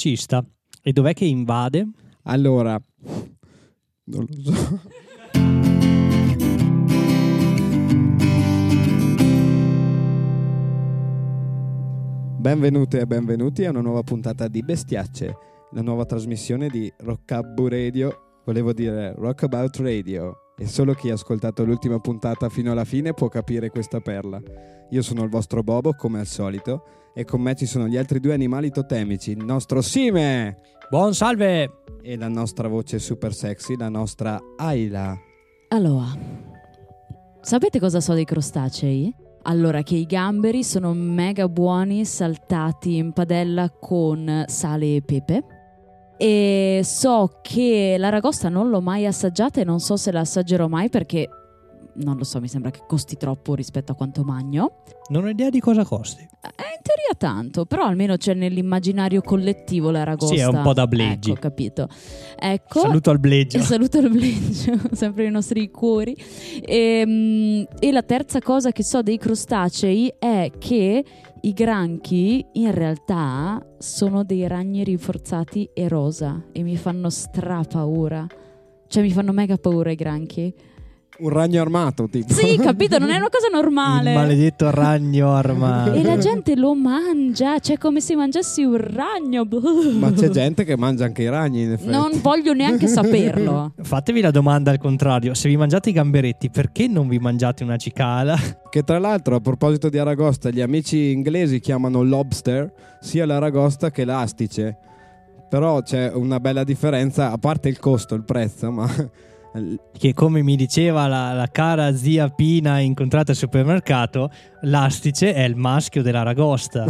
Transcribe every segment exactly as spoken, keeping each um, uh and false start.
Ci sta. E dov'è che invade? Allora, non lo so. Benvenute e benvenuti a una nuova puntata di Bestiacce, la nuova trasmissione di Rockabou Radio, volevo dire Rockabout Radio, e solo chi ha ascoltato l'ultima puntata fino alla fine può capire questa perla. Io sono il vostro Bobo, come al solito, e con me ci sono gli altri due animali totemici, il nostro Sime! Buon salve! E la nostra voce super sexy, la nostra Ayla. Allora, sapete cosa so dei crostacei? Allora, che i gamberi sono mega buoni saltati in padella con sale e pepe. E so che l'aragosta non l'ho mai assaggiata e non so se la assaggerò mai perché, non lo so, mi sembra che costi troppo rispetto a quanto magno. Non ho idea di cosa costi. Eh, in teoria tanto, però almeno c'è nell'immaginario collettivo l'aragosta. Sì, è un po' da Bleggi. Ecco, capito. Ecco. Saluto al Bleggio. E saluto al Bleggio, sempre i nostri cuori. E, e la terza cosa che so dei crostacei è che i granchi in realtà sono dei ragni rinforzati e rosa e mi fanno stra paura. Cioè mi fanno mega paura i granchi. Un ragno armato, tipo. Sì, capito, non è una cosa normale. Il maledetto ragno armato. E la gente lo mangia, cioè come se mangiassi un ragno. Ma c'è gente che mangia anche i ragni, in effetti. Non voglio neanche saperlo. Fatevi la domanda al contrario: se vi mangiate i gamberetti, perché non vi mangiate una cicala? Che tra l'altro, a proposito di aragosta, gli amici inglesi chiamano lobster sia l'aragosta che l'astice. Però c'è una bella differenza, a parte il costo, il prezzo, ma... Che, come mi diceva la, la cara zia Pina incontrata al supermercato, l'astice è il maschio dell'aragosta.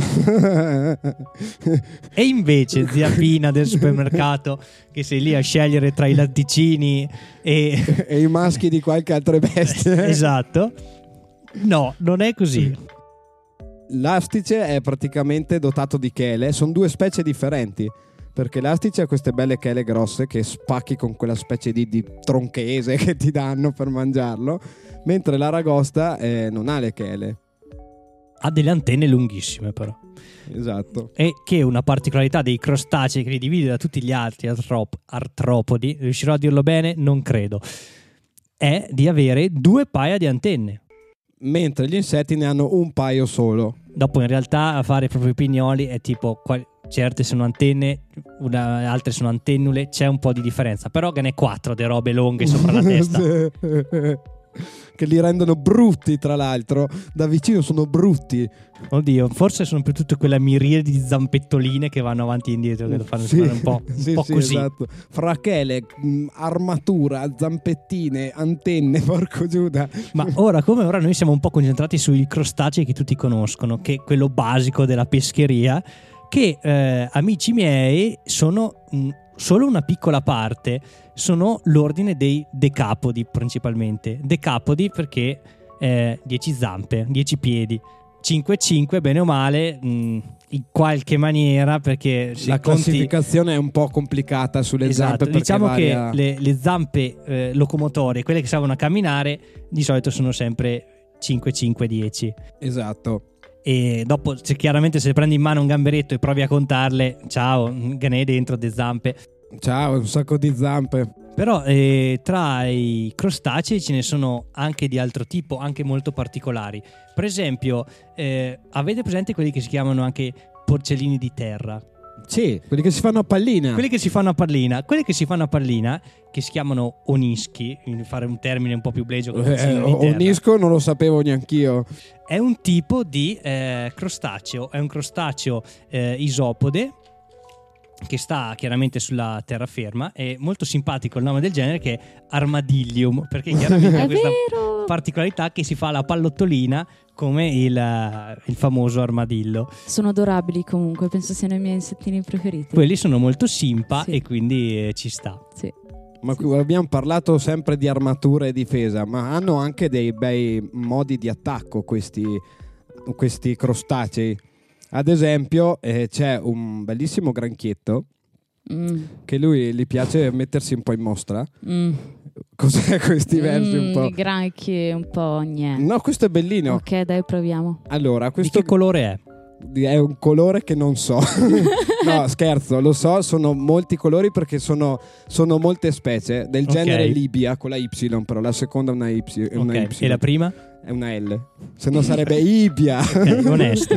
E invece zia Pina del supermercato, che sei lì a scegliere tra i latticini e, e i maschi di qualche altra bestia. Esatto. No, non è così. L'astice è praticamente dotato di chele, sono due specie differenti. Perché l'astice ha queste belle chele grosse che spacchi con quella specie di, di tronchese che ti danno per mangiarlo, mentre l'aragosta eh, non ha le chele. Ha delle antenne lunghissime però. Esatto. E che una particolarità dei crostacei che li divide da tutti gli altri artrop- artropodi, riuscirò a dirlo bene? Non credo, è di avere due paia di antenne. Mentre gli insetti ne hanno un paio solo. Dopo in realtà a fare proprio i pignoli è tipo... Qual- certe sono antenne, una, altre sono antennule, c'è un po' di differenza, però che ne quattro de robe lunghe sopra la testa. Che li rendono brutti, tra l'altro, da vicino sono brutti. Oddio, forse sono più tutte quella miriade di zampettoline che vanno avanti e indietro, che lo fanno sì, un po', un sì, po' sì, così. Esatto. Fra chele, armatura, zampettine, antenne, porco Giuda. Ma ora come ora noi siamo un po' concentrati sui crostacei che tutti conoscono, che è quello basico della pescheria, che eh, amici miei sono mh, solo una piccola parte, sono l'ordine dei decapodi principalmente. Decapodi perché eh, dieci zampe, dieci piedi, cinque cinque bene o male, mh, in qualche maniera, perché la conti... classificazione è un po' complicata sulle esatto, zampe. Diciamo varia... che le, le zampe eh, locomotorie, quelle che servono a camminare, di solito sono sempre cinque cinque dieci. Esatto. E dopo se chiaramente se prendi in mano un gamberetto e provi a contarle, ciao, che ne hai dentro de zampe. Ciao, un sacco di zampe. Però eh, tra i crostacei ce ne sono anche di altro tipo, anche molto particolari. Per esempio, eh, avete presente quelli che si chiamano anche porcellini di terra? Sì, quelli che si fanno a pallina. Quelli che si fanno a pallina, quelli che si fanno a pallina, che si chiamano onischi, per fare un termine un po' più blegio. Eh, onisco non lo sapevo neanch'io. È un tipo di eh, crostaceo, è un crostaceo eh, isopode che sta chiaramente sulla terraferma. È molto simpatico il nome del genere, che è Armadillium, perché chiaramente ha questa vero. particolarità che si fa la pallottolina come il, il famoso armadillo. Sono adorabili comunque, penso siano i miei insettini preferiti. Quelli sono molto simpa, sì. E quindi eh, ci sta. Sì. Ma qui abbiamo parlato sempre di armatura e difesa, ma hanno anche dei bei modi di attacco questi, questi crostacei. Ad esempio eh, c'è un bellissimo granchietto mm. che lui gli piace mettersi un po' in mostra. Mm. Cos'è questi mm, versi un po'? I granchi un po' niente. No, questo è bellino. Ok, dai, proviamo. Allora, questo... Di che colore è? è un colore che non so. No, scherzo, lo so, sono molti colori perché sono, sono molte specie del Ok. genere Libia con la Y, però la seconda è una Y, è una Ok, Y. e la prima? È una L, se no sarebbe Ibia. Ok, onesto.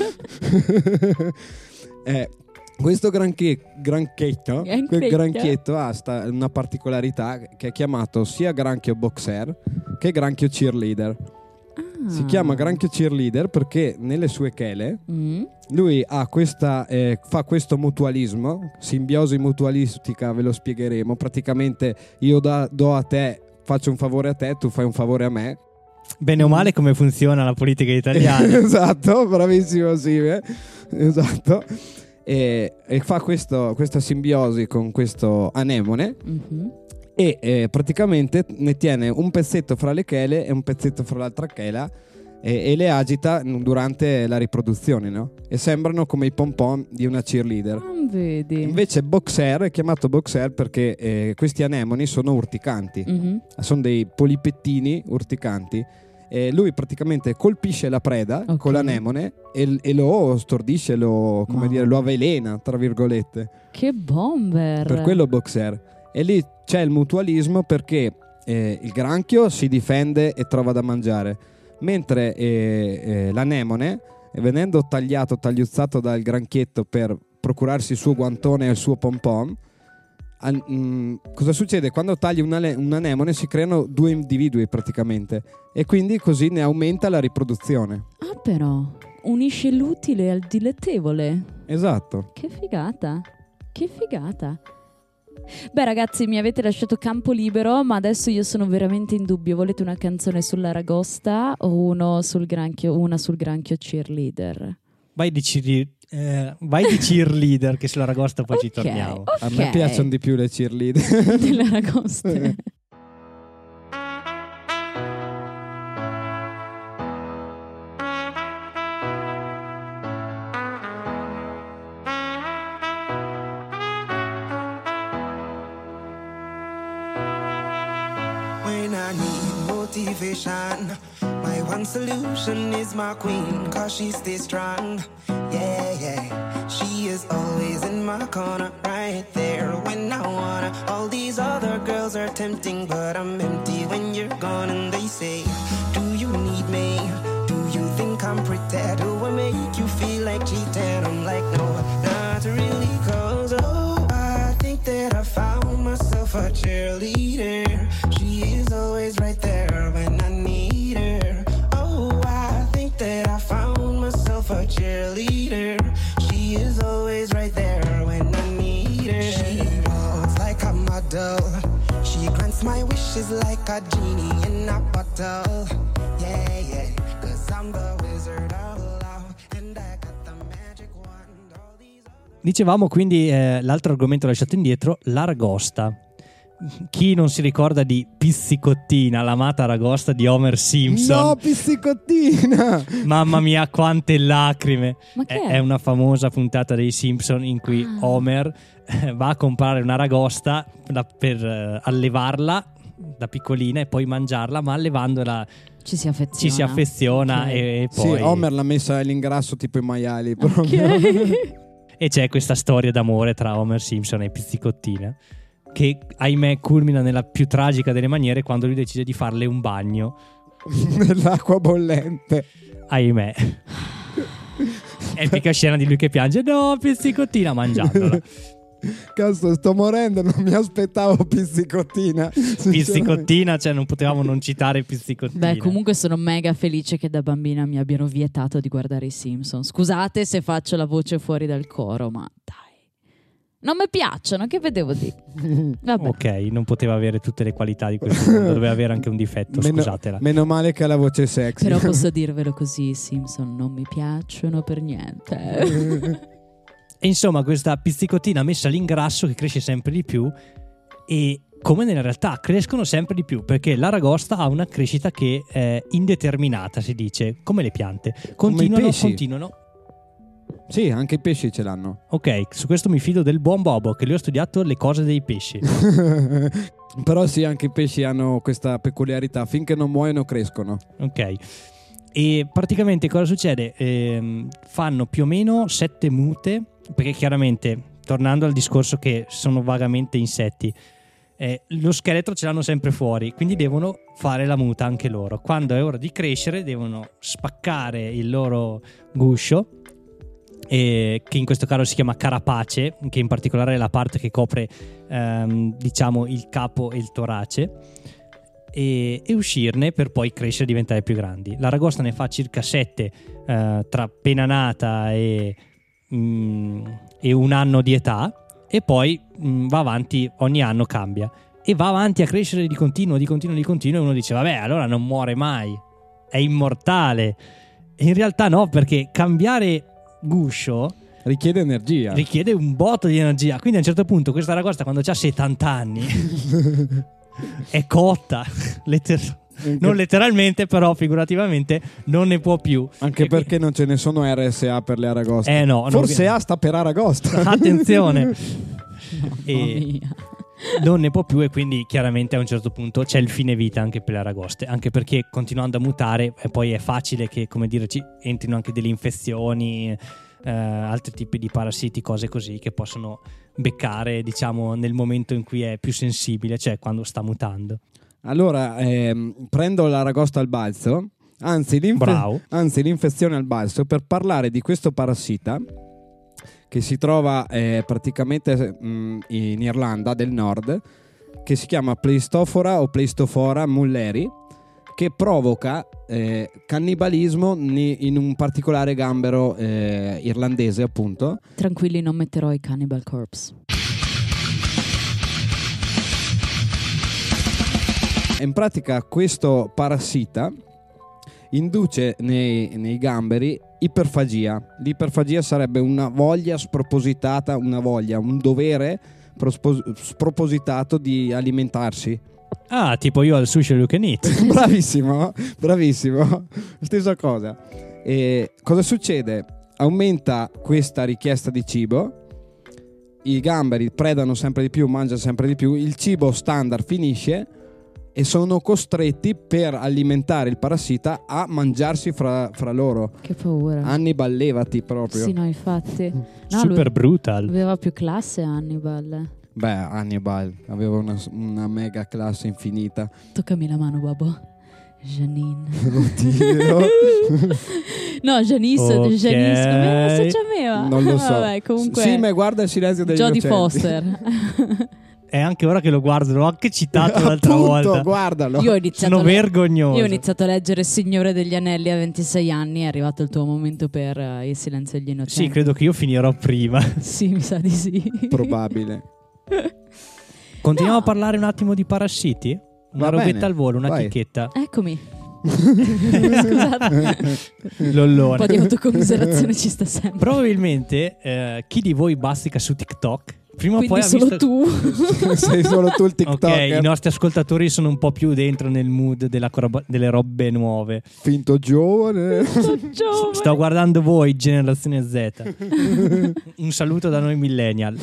Eh, questo granchie, granchetto, Granchetto. quel granchietto ha sta- una particolarità che è chiamato sia granchio boxer che granchio cheerleader. Ah. Si chiama granchio cheerleader perché nelle sue chele Mm. lui ha questa, eh, fa questo mutualismo, simbiosi mutualistica, ve lo spiegheremo. Praticamente io da- do a te, faccio un favore a te, tu fai un favore a me. Bene o male come funziona la politica italiana. Esatto, bravissimo Sive. Esatto. E, e fa questo, questa simbiosi con questo anemone Mhm. e eh, praticamente ne tiene un pezzetto fra le chele e un pezzetto fra l'altra chela e, e le agita durante la riproduzione, no? E sembrano come i pompon di una cheerleader. Ah, vedi. Invece boxer è chiamato boxer perché eh, questi anemoni sono urticanti, Mhm. sono dei polipettini urticanti. E lui praticamente colpisce la preda Ok. con l'anemone e, e lo stordisce, lo, come Mamma. dire, lo avvelena, tra virgolette. Che bomber. Per quello boxer. E lì c'è il mutualismo perché eh, il granchio si difende e trova da mangiare, mentre eh, eh, l'anemone, eh, venendo tagliato, tagliuzzato dal granchietto per procurarsi il suo guantone e il suo pompon, an- mh, cosa succede? Quando tagli un, ale- un anemone si creano due individui praticamente e quindi così ne aumenta la riproduzione. Ah, però. Unisce l'utile al dilettevole. Esatto. Che figata. Che figata. Beh, ragazzi, mi avete lasciato campo libero, ma adesso io sono veramente in dubbio. Volete una canzone sull'aragosta o uno sul granchio, una sul granchio cheerleader? Vai di, cheerle- eh, vai di cheerleader, che sull'aragosta poi ci Ok, torniamo. A me ok. piacciono di più le cheerleader. Dell'aragosta. When I need motivation, my one solution is my queen, cause she stays strong. Yeah, yeah. She is always in my corner, right there when I wanna. All these other girls are tempting, but I'm empty when you're gone. And they say, do you need me? Do you think I'm pretty? Do I make you feel like cheating? I'm like, no, not really, cause oh, I think that I found myself a cheerleader. She is always right there when I need her. Oh, I think that I found myself a cheerleader. She is always right there when I need her. She walks like a model. She grants my wishes like a genie in a bottle. Yeah, yeah, cause I'm the wizard of love and I got the magic wand. All these other... Dicevamo quindi eh, l'altro argomento lasciato indietro, l'aragosta. Chi non si ricorda di Pizzicottina, l'amata aragosta di Homer Simpson? No, pizzicottina! Mamma mia, quante lacrime! Ma che È, è? è una famosa puntata dei Simpson in cui Ah. Homer eh, va a comprare un'aragosta da- per eh, allevarla da piccolina e poi mangiarla, ma allevandola Ci si affeziona. ci si affeziona Ok. e, e poi Sì, Homer l'ha messa all'ingrasso tipo i maiali proprio. Ok. e c'è questa storia d'amore tra Homer Simpson e Pizzicottina che ahimè culmina nella più tragica delle maniere quando lui decide di farle un bagno. Nell'acqua bollente. Ahimè. Epica scena di lui che piange, no, Pizzicottina, mangiandola. Cazzo, sto morendo, non mi aspettavo pizzicottina. Pizzicottina, cioè non potevamo non citare Pizzicottina. Beh, comunque sono mega felice che da bambina mi abbiano vietato di guardare i Simpson. Scusate se faccio la voce fuori dal coro, ma dai. Non mi piacciono, che vedevo di. Vabbè. Ok, non poteva avere tutte le qualità di questo mondo, doveva avere anche un difetto, Meno, scusatela. meno male che ha la voce sexy. Però posso dirvelo così, i Simpson non mi piacciono per niente. E insomma, questa pizzicottina messa all'ingrasso che cresce sempre di più e come nella realtà crescono sempre di più perché l'aragosta ha una crescita che è indeterminata, si dice, come le piante. Continuano, pesci. continuano. Sì, anche i pesci ce l'hanno. Ok, su questo mi fido del buon Bobo che lui ha studiato le cose dei pesci. Però sì, anche i pesci hanno questa peculiarità. Finché non muoiono crescono. Ok. E praticamente cosa succede? Eh, fanno più o meno sette mute, perché chiaramente, tornando al discorso che sono vagamente insetti, eh, lo scheletro ce l'hanno sempre fuori, quindi devono fare la muta anche loro. Quando è ora di crescere devono spaccare il loro guscio, eh, che in questo caso si chiama carapace, che in particolare è la parte che copre ehm, diciamo il capo e il torace, e, e uscirne per poi crescere e diventare più grandi. L'aragosta ne fa circa sette eh, tra appena nata e, mm, e un anno di età, e poi mh, va avanti, ogni anno cambia e va avanti a crescere di continuo, di continuo, di continuo, e uno dice vabbè, allora non muore mai, è immortale. E in realtà no, perché cambiare guscio richiede energia, richiede un botto di energia, quindi a un certo punto questa aragosta, quando ha settanta anni è cotta, letter- non letteralmente, però figurativamente non ne può più, anche e perché quindi... non ce ne sono R S A per le aragoste. Eh no, forse non... A sta per aragosta. Attenzione. Mamma E mia. non ne può più, e quindi chiaramente a un certo punto c'è il fine vita anche per le aragoste, anche perché continuando a mutare e poi è facile che, come dire, ci entrino anche delle infezioni, eh, altri tipi di parassiti, cose così che possono beccare, diciamo, nel momento in cui è più sensibile, cioè quando sta mutando. Allora ehm, prendo l'aragosta al balzo, anzi, l'infe- anzi l'infezione al balzo, per parlare di questo parassita che si trova eh, praticamente mh, in Irlanda del Nord, che si chiama Pleistofora o Pleistofora mulleri, che provoca eh, cannibalismo ni- in un particolare gambero eh, irlandese, appunto. Tranquilli, non metterò i Cannibal Corpse. In pratica questo parassita induce nei, nei gamberi iperfagia. L'iperfagia sarebbe una voglia spropositata, una voglia, un dovere prospos- spropositato di alimentarsi. Ah, tipo io al sushi you can eat. Bravissimo, bravissimo. Stessa cosa. E cosa succede? Aumenta questa richiesta di cibo, i gamberi predano sempre di più, mangiano sempre di più, il cibo standard finisce e sono costretti, per alimentare il parassita, a mangiarsi fra, fra loro. Che paura. Hannibal, levati proprio. Sì, no, infatti. No, Super lui brutal. aveva più classe Hannibal. Beh, Hannibal aveva una, una mega classe infinita. Toccami la mano, babbo. Janine. Oddio. No, Janice, Ok. Janice, come si chiamava? Non lo so. Vabbè, comunque. Sì, ma guarda il silenzio degli Jodie innocenti. Foster. È anche ora che lo guardo, l'ho anche citato l'altra Appunto, volta. guardalo. Io ho iniziato Sono a le- vergognoso. Io ho iniziato a leggere Signore degli Anelli a ventisei anni, è arrivato il tuo momento per uh, Il silenzio degli innocenti. Sì, credo che io finirò prima. Sì, mi sa di sì. Probabile. Continuiamo No. a parlare un attimo di parassiti? Una Va robetta bene, al volo, una vai. chicchetta. Eccomi. Scusate. Un Lollone. po' di autocommiserazione ci sta sempre. Probabilmente eh, chi di voi bastica su TikTok prima o Quindi poi ha solo visto... tu. Sei solo tu il Ok, TikToker. i nostri ascoltatori sono un po' più dentro nel mood della coroba- delle robe nuove. Finto giovane. Sono giovane. Sto guardando voi, generazione Z. Un saluto da noi millennial.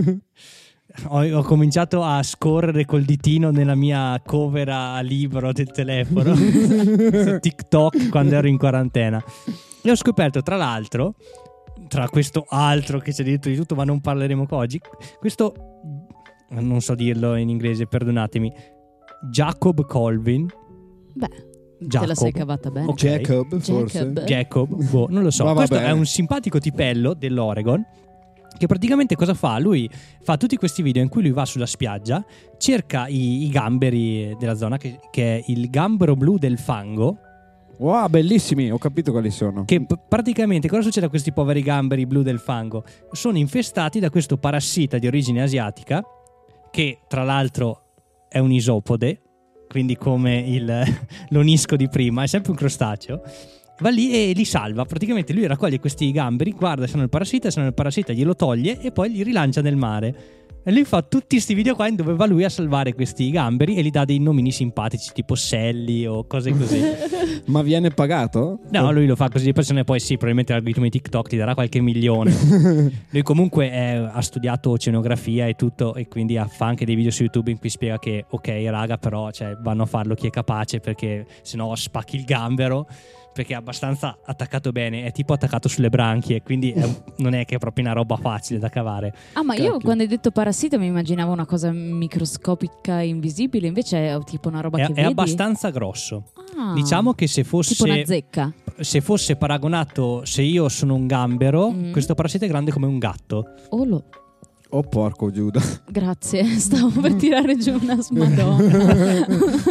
Ho, ho cominciato a scorrere col ditino nella mia cover a libro del telefono su TikTok quando ero in quarantena. E ho scoperto, tra l'altro, tra questo altro che c'è dentro di tutto, ma non parleremo qua oggi, questo, non so dirlo in inglese, perdonatemi, Jacob Colvin. Beh, te Jacob. la sei cavata bene. Ok. Jacob, forse. Jacob. Jacob, boh, non lo so. Ma va Questo bene. è un simpatico tipello dell'Oregon che praticamente cosa fa? Lui fa tutti questi video in cui lui va sulla spiaggia, cerca i, i gamberi della zona, che, che è il gambero blu del fango, Wow, bellissimi, ho capito quali sono. che p- praticamente cosa succede a questi poveri gamberi blu del fango? Sono infestati da questo parassita di origine asiatica, che tra l'altro è un isopode, quindi come il, l'onisco di prima, è sempre un crostaceo. Va lì e li salva. Praticamente lui raccoglie questi gamberi, guarda se hanno il parassita, se hanno il parassita glielo toglie e poi li rilancia nel mare. E lui fa tutti questi video qua in dove va lui a salvare questi gamberi e gli dà dei nomini simpatici tipo Sally o cose così. Ma viene pagato? No, lui lo fa così di persone, poi sì, probabilmente l'algoritmo di TikTok ti darà qualche milione. Lui comunque è, ha studiato oceanografia e tutto, e quindi ha, fa anche dei video su YouTube in cui spiega che ok raga, però cioè, vanno a farlo chi è capace, perché sennò spacchi il gambero. perché è abbastanza attaccato bene, è tipo attaccato sulle branchie, quindi è un- non è che è proprio una roba facile da cavare. Ah, ma io Cacchio. quando hai detto parassita mi immaginavo una cosa microscopica, invisibile, invece è tipo una roba È, che è vedi. abbastanza grosso. Ah, Diciamo che se tipo una fosse, zecca. se fosse paragonato, se io sono un gambero, Mm. questo parassita è grande come un gatto. Oh, lo- Oh porco Giuda. grazie, stavo per tirare giù una smadonna.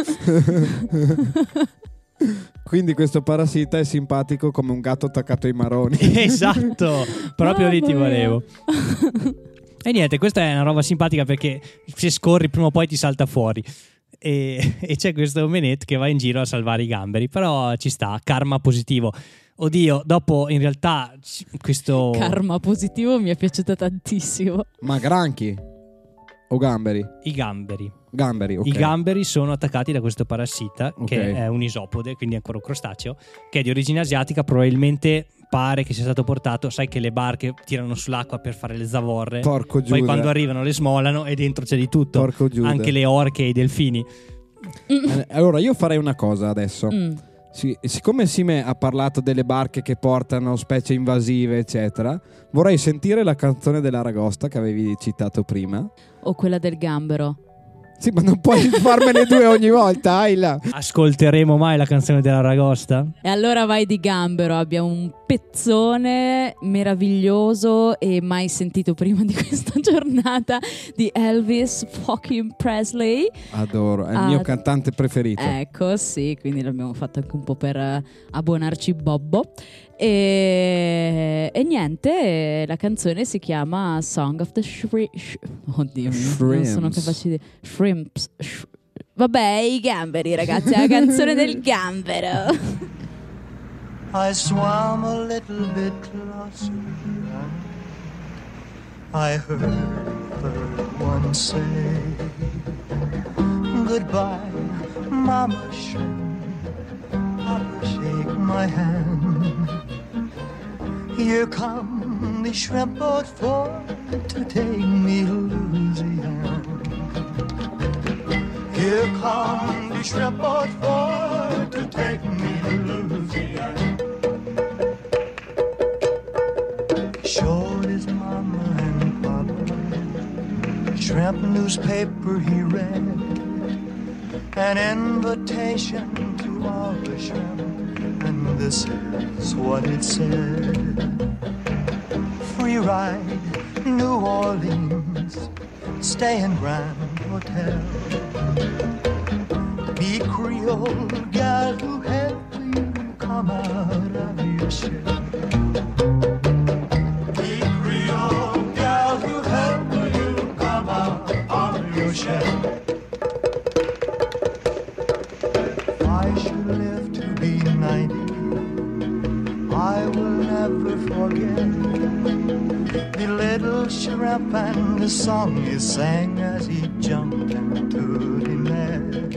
Quindi questo parassita è simpatico come un gatto attaccato ai maroni. Esatto, proprio lì ti Mamma mia. volevo. E niente, questa è una roba simpatica perché se scorri prima o poi ti salta fuori. E, e c'è questo Menet che va in giro a salvare i gamberi, però ci sta, karma positivo. Oddio, dopo in realtà c- questo... Karma positivo mi è piaciuta tantissimo. Ma granchi o gamberi? I gamberi. Gamberi, ok. I gamberi sono attaccati da questo parassita, Ok. che è un isopode, quindi è ancora un crostaceo, che è di origine asiatica, probabilmente pare che sia stato portato, sai che le barche tirano sull'acqua per fare le zavorre, Porco Giuda. poi quando arrivano le smolano e dentro c'è di tutto, Porco Giuda. anche le orche e i delfini. Eh, Allora io farei una cosa adesso. Mm. Sì, siccome Sime ha parlato delle barche che portano specie invasive, eccetera, vorrei sentire la canzone dell'Aragosta che avevi citato prima. O quella del gambero. Sì, ma non puoi farmene due ogni volta, Ayla. Ascolteremo mai la canzone dell'Aragosta? E allora vai di gambero, abbiamo un pezzone meraviglioso e mai sentito prima di questa giornata di Elvis fucking Presley. Adoro, è il Ah, mio cantante preferito. Ecco, sì, quindi l'abbiamo fatto anche un po' per eh, abbonarci Bobbo. E, e niente, la canzone si chiama Song of the Shri... sh- Oddio, non sono Shrimps. capace di... Shrimps. sh- Vabbè, i gamberi, ragazzi, è la canzone del gambero. I swam a little bit closer. I heard the one say, goodbye, Mama Shrimp. Papa, shake my hand. Here come the shrimp boat for to take me to Louisiana. Here come the shrimp boat for to take me to Louisiana. Showed his mama and papa shrimp newspaper he read, an invitation to all the shrimp, and this is what it said: free ride, New Orleans, stay in Grand Hotel. Be Creole gal who help you come out of your shell. Be Creole gal who help you come out of your shell. If I should live to be ninety, I will never forget the little shrimp and the song he sang as he jumped into the net.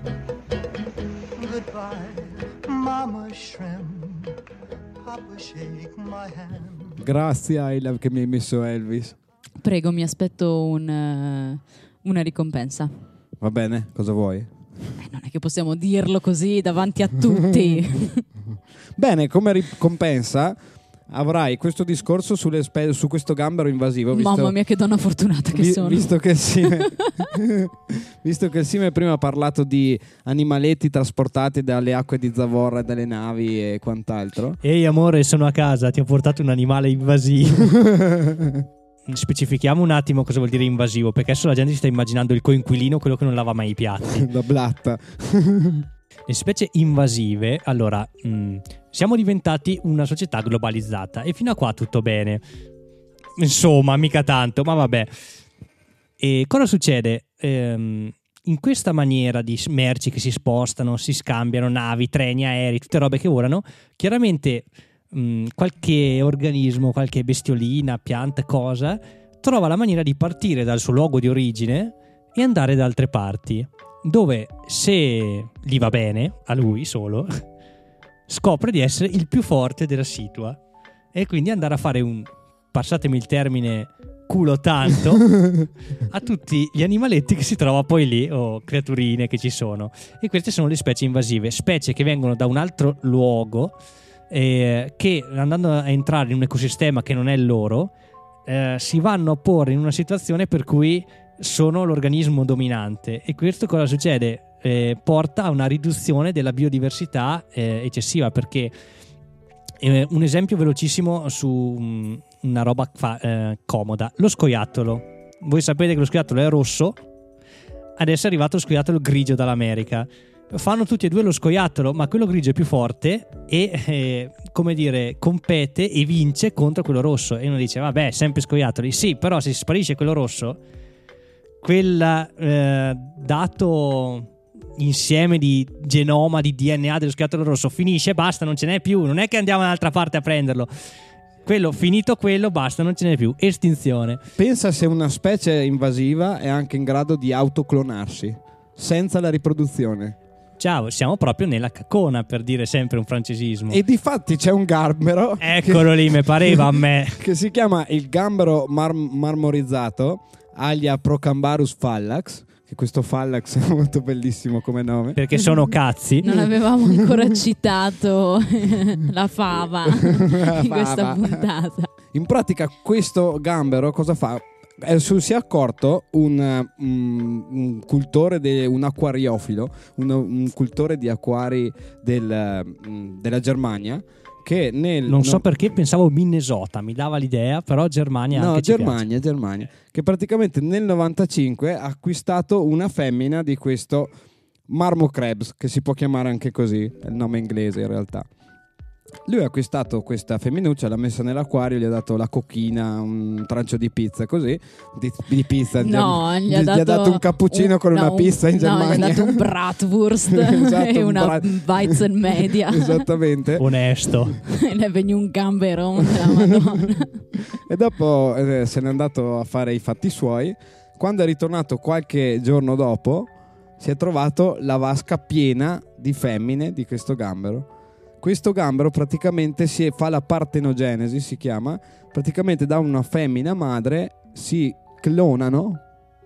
Goodbye, Mama Shrimp, Papa shake my hand. Grazie Ayla che mi hai messo Elvis. Prego, mi aspetto un, eh, una ricompensa. Va bene, cosa vuoi? Eh, non è che possiamo dirlo così davanti a tutti. Bene, come ricompensa avrai questo discorso sulle spe- su questo gambero invasivo. Visto, Mamma mia, che donna fortunata che vi- sono. Visto che il Sime, visto che il Sime prima ha parlato di animaletti trasportati dalle acque di zavorra, dalle navi e quant'altro. Ehi amore, sono a casa, ti ho portato un animale invasivo. Specifichiamo un attimo cosa vuol dire invasivo, perché adesso la gente si sta immaginando il coinquilino, quello che non lava mai i piatti. Da blatta. Le specie invasive, allora, mh, siamo diventati una società globalizzata e fino a qua tutto bene. Insomma, mica tanto, ma vabbè. E cosa succede? Ehm, in questa maniera di s- merci che si spostano, si scambiano, navi, treni, aerei, tutte robe che volano, chiaramente mh, qualche organismo, qualche bestiolina, pianta, cosa, trova la maniera di partire dal suo luogo di origine e andare da altre parti, dove se gli va bene, a lui solo, scopre di essere il più forte della situa e quindi andare a fare un, passatemi il termine, culo tanto a tutti gli animaletti che si trova poi lì, o creaturine che ci sono. E queste sono le specie invasive, specie che vengono da un altro luogo, eh, che andando a entrare in un ecosistema che non è il loro, eh, si vanno a porre in una situazione per cui sono l'organismo dominante. E questo cosa succede? Eh, porta a una riduzione della biodiversità eh, eccessiva, perché eh, un esempio velocissimo su um, una roba fa, eh, comoda, lo scoiattolo. Voi sapete che lo scoiattolo è rosso, adesso è arrivato lo scoiattolo grigio dall'America. Fanno tutti e due lo scoiattolo, ma quello grigio è più forte e eh, come dire, compete e vince contro quello rosso. E uno dice vabbè, sempre scoiattoli. Sì, però se sparisce quello rosso, quel eh, dato insieme di genoma, di D N A dello scoiattolo rosso finisce, basta, non ce n'è più. Non è che andiamo dall'altra parte a prenderlo. Quello, finito quello, basta, non ce n'è più. Estinzione. Pensa se una specie invasiva è anche in grado di autoclonarsi senza la riproduzione. Ciao, siamo proprio nella cacona, per dire sempre un francesismo. E difatti c'è un gambero, eccolo che, lì, mi pareva a me, che si chiama il gambero mar- marmorizzato, Alia Procambarus fallax, che questo fallax è molto bellissimo come nome, perché sono cazzi. Non avevamo ancora citato la fava La in questa fava. puntata. In pratica questo gambero cosa fa? Eh, su- si è accorto un, um, un cultore, de- un acquariofilo, un, un cultore di acquari del, um, della Germania, che nel Non so no- perché pensavo Minnesota, mi dava l'idea, però Germania No, anche ci Germania, Germania, che praticamente nel novantacinque ha acquistato una femmina di questo Marmocrebs, che si può chiamare anche così, è il nome inglese in realtà. Lui ha acquistato questa femminuccia, l'ha messa nell'acquario, gli ha dato la cocchina, un trancio di pizza così, di, di pizza in No, Germ- gli ha dato, un cappuccino con no, una un- pizza in Germania. No, gli ha dato un bratwurst Esatto, e un una brat- Weizen media. Esattamente. piace. Onesto. E ne è venuto un gamberon della Madonna. E dopo eh, se n'è andato a fare i fatti suoi. Quando è ritornato qualche giorno dopo, si è trovato la vasca piena di femmine di questo gambero. Questo gambero praticamente si fa la partenogenesi, si chiama, praticamente da una femmina madre si clonano,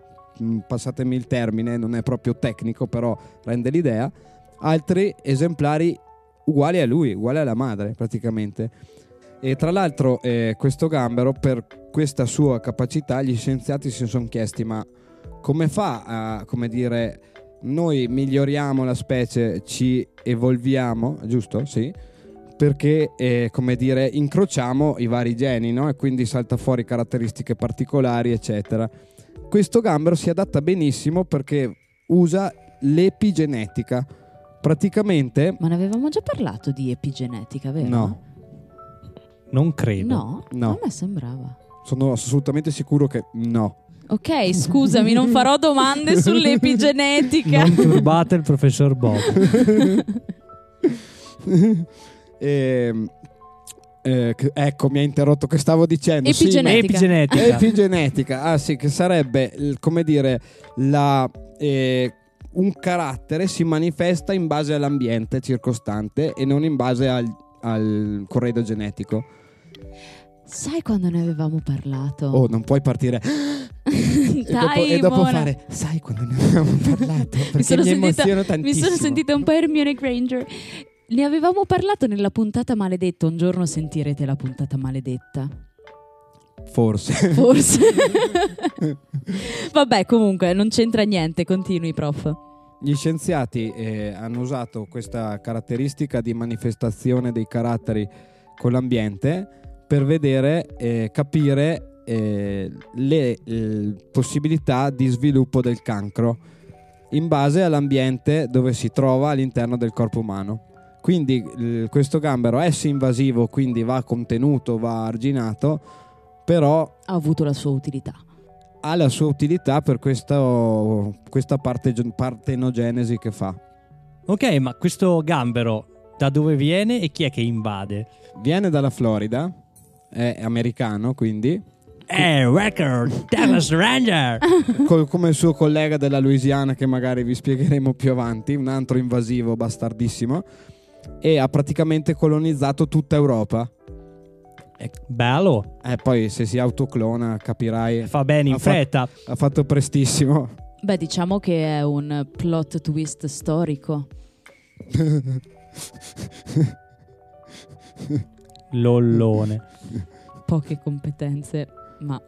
mm, passatemi il termine, non è proprio tecnico, però rende l'idea, altri esemplari uguali a lui, uguali alla madre praticamente. E tra l'altro eh, questo gambero, per questa sua capacità, gli scienziati si sono chiesti ma come fa a, come dire, noi miglioriamo la specie, ci evolviamo, giusto? Sì. Perché, eh, come dire, incrociamo i vari geni, no? E quindi salta fuori caratteristiche particolari, eccetera. Questo gambero si adatta benissimo perché usa l'epigenetica. Praticamente... Ma ne avevamo già parlato di epigenetica, vero? No, Non credo. No? No. A me sembrava. sono assolutamente sicuro che no. Ok, scusami, non farò domande sull'epigenetica. Non turbate il professor Bob. e, eh, che- ecco, mi ha interrotto che stavo dicendo. Sì, ma- Epigenetica. Epigenetica. epigenetica, ah sì, che sarebbe il- come dire la, eh, un carattere si manifesta in base all'ambiente circostante e non in base al, al corredo genetico. Sai quando ne avevamo parlato? Oh, non puoi partire e dopo, Dai, e dopo Mona. fare sai quando ne avevamo parlato mi perché sono, mi, sentita, emoziono mi tantissimo. sono sentita un po' Hermione Granger. Ne avevamo parlato nella puntata maledetta. Un giorno sentirete la puntata maledetta. Forse. Forse. Vabbè, comunque, non c'entra niente. Continui, prof. Gli scienziati eh, hanno usato questa caratteristica di manifestazione dei caratteri con l'ambiente per vedere, eh, capire eh, le eh, possibilità di sviluppo del cancro in base all'ambiente dove si trova all'interno del corpo umano. Quindi eh, questo gambero è sì invasivo, quindi va contenuto, va arginato, però Ha avuto la sua utilità. ha la sua utilità per questo, questa parte, partenogenesi che fa. Ok, ma questo gambero da dove viene e chi è che invade? Viene dalla Florida, è americano, quindi Eh, record, Dallas Ranger. col- come il suo collega della Louisiana, che magari vi spiegheremo più avanti, un altro invasivo bastardissimo, e ha praticamente colonizzato tutta Europa. È bello. Eh, poi se si autoclona capirai. Fa bene in ha fa- fretta. ha fatto prestissimo. Beh, diciamo che è un plot twist storico. Lollone. Poche competenze, ma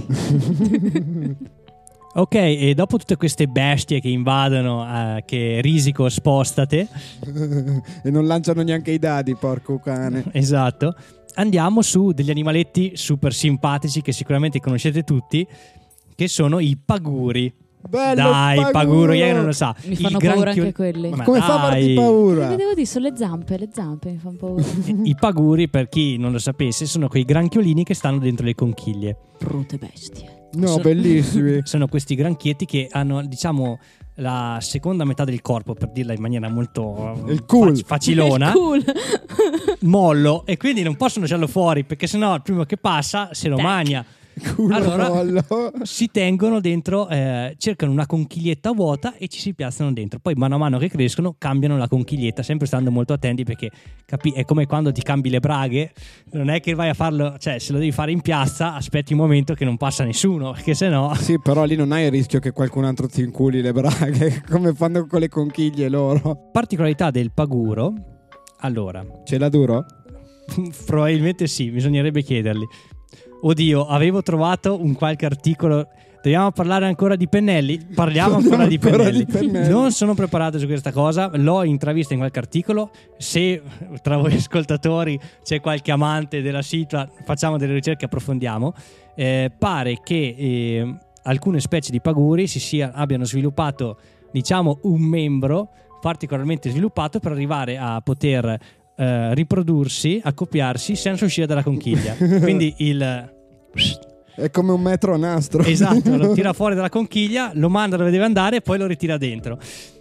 utili. Ok, e dopo tutte queste bestie che invadono, eh, che risico spostate, E non lanciano neanche i dadi, porco cane. esatto, andiamo su degli animaletti super simpatici che sicuramente conoscete tutti, che sono i paguri. Bello, Dai, paguro! paguro, chi è che non lo sa? Mi Il fanno paura granchio- anche quelli. Ma Ma come fa a farti dai. paura? Vedevo di sono le zampe, le zampe mi fanno paura. I paguri, per chi non lo sapesse, sono quei granchiolini che stanno dentro le conchiglie. Brutte bestie. No, So- bellissimi. Sono questi granchietti che hanno, diciamo, la seconda metà del corpo, per dirla in maniera molto Il culo. fac- facilona, Cool. mollo, e quindi non possono lasciarlo fuori perché sennò il primo che passa se lo Tac. magna. Culo Allora- mollo. Si tengono dentro, eh, cercano una conchiglietta vuota e ci si piazzano dentro. Poi mano a mano che crescono cambiano la conchiglietta, sempre stando molto attenti perché capi- è come quando ti cambi le braghe, non è che vai a farlo, cioè se lo devi fare in piazza aspetti un momento che non passa nessuno, perché sennò... Sì, però lì non hai il rischio che qualcun altro ti inculi le braghe, come fanno con le conchiglie loro. Particolarità del paguro, allora, Ce l'ha duro? probabilmente sì, bisognerebbe chiederli. Oddio, avevo trovato un qualche articolo. Dobbiamo parlare ancora di pennelli? Parliamo ancora, di, Ancora pennelli. di pennelli. Non sono preparato su questa cosa, l'ho intravista in qualche articolo. Se tra voi ascoltatori c'è qualche amante della situa, facciamo delle ricerche, approfondiamo. Eh, pare che eh, alcune specie di paguri si sia, abbiano sviluppato, diciamo, un membro particolarmente sviluppato per arrivare a poter eh, riprodursi, accoppiarsi senza uscire dalla conchiglia. Quindi il... È come un metro a nastro. Esatto, lo tira fuori dalla conchiglia, lo manda dove deve andare e poi lo ritira dentro.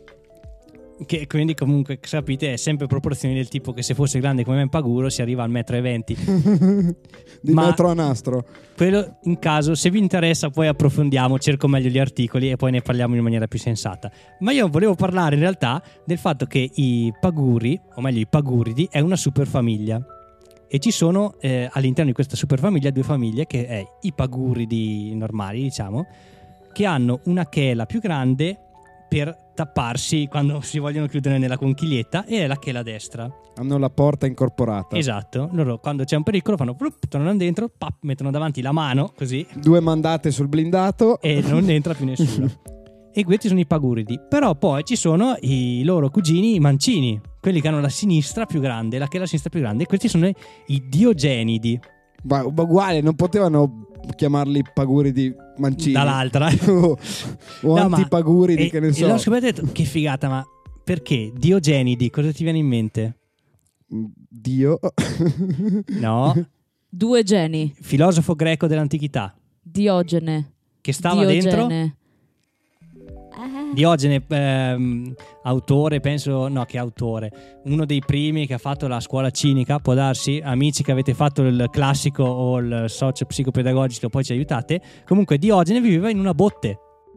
Che quindi comunque sapete è sempre proporzioni del tipo che se fosse grande come me un paguro si arriva al metro e venti. Di Ma- metro a nastro. Quello in caso, se vi interessa, poi approfondiamo, cerco meglio gli articoli e poi ne parliamo in maniera più sensata. Ma io volevo parlare in realtà del fatto che i paguri, o meglio i paguridi, è una superfamiglia. E ci sono eh, all'interno di questa superfamiglia due famiglie, che è i paguridi normali, diciamo, che hanno una chela più grande per tapparsi quando si vogliono chiudere nella conchiglietta, e è la chela destra. Hanno la porta incorporata. Esatto, loro quando c'è un pericolo fanno plup, tornano dentro, pap, mettono davanti la mano così Due mandate sul blindato. e non entra più nessuno. E questi sono i paguridi. Però poi ci sono i loro cugini, i mancini, quelli che hanno la sinistra più grande, la chela sinistra più grande, e questi sono i diogenidi Ma, ma uguale, non potevano chiamarli paguridi mancini. dall'altra. o o No, ma- antipaguridi, e, che ne e so. l'ho scoperto e ho detto, che figata, ma perché diogenidi? Cosa ti viene in mente? Dio. No, Due geni. filosofo greco dell'antichità Diogene. che stava dentro. Diogene. Diogene, ehm, autore, penso, no, che autore, uno dei primi che ha fatto la scuola cinica, può darsi, amici che avete fatto il classico o il socio psicopedagogico, poi ci aiutate. Comunque Diogene viveva in una botte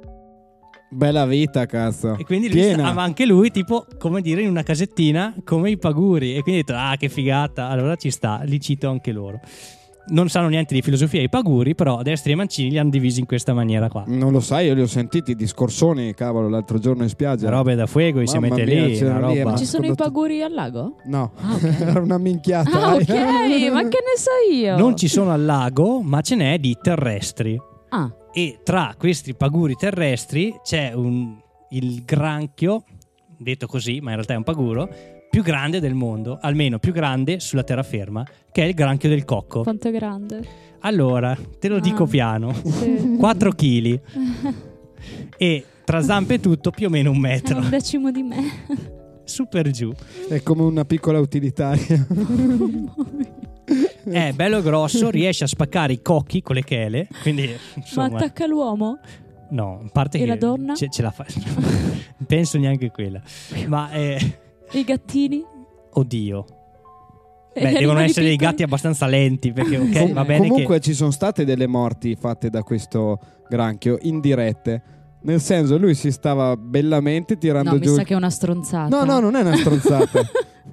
Bella vita, cazzo. e quindi lui Piena. stava anche lui, tipo, come dire, in una casettina come i paguri, e quindi ho detto, ah, che figata, allora ci sta, li cito anche loro. Non sanno niente di filosofia i paguri, però destri e mancini li hanno divisi in questa maniera qua. Non lo sai, io li ho sentiti discorsoni, cavolo, l'altro giorno in spiaggia. Robe da fuego, si Mamma mette mia, lì, una c'erano lì, roba. ma- Ci sono i secondo te- paguri al lago? No, Ah, ok. era una minchiata. Ah, ok, ma che ne so io? Non ci sono al lago, ma ce n'è di terrestri. Ah, E tra questi paguri terrestri c'è un, il granchio, detto così, ma in realtà è un paguro, più grande del mondo, almeno più grande sulla terraferma, che è il granchio del cocco. quanto è grande. Allora, te lo Ah. dico piano, Sì. quattro chili e tra zampe e tutto più o meno un È metro, un decimo di me. su per giù. È come una piccola utilitaria. È bello grosso, riesce a spaccare i cocchi con le chele, quindi Ma insomma... attacca l'uomo? No, a parte E che la donna? Ce, ce la fa. Penso neanche quella. Ma eh, I gattini? oddio. E Beh, gli devono animali essere dei piccoli? gatti abbastanza lenti perché ok, Com- va bene comunque che ci sono state delle morti fatte da questo granchio indirette. Nel senso, lui si stava bellamente tirando No, mi giù. sa che è una stronzata. No, no, non è una stronzata.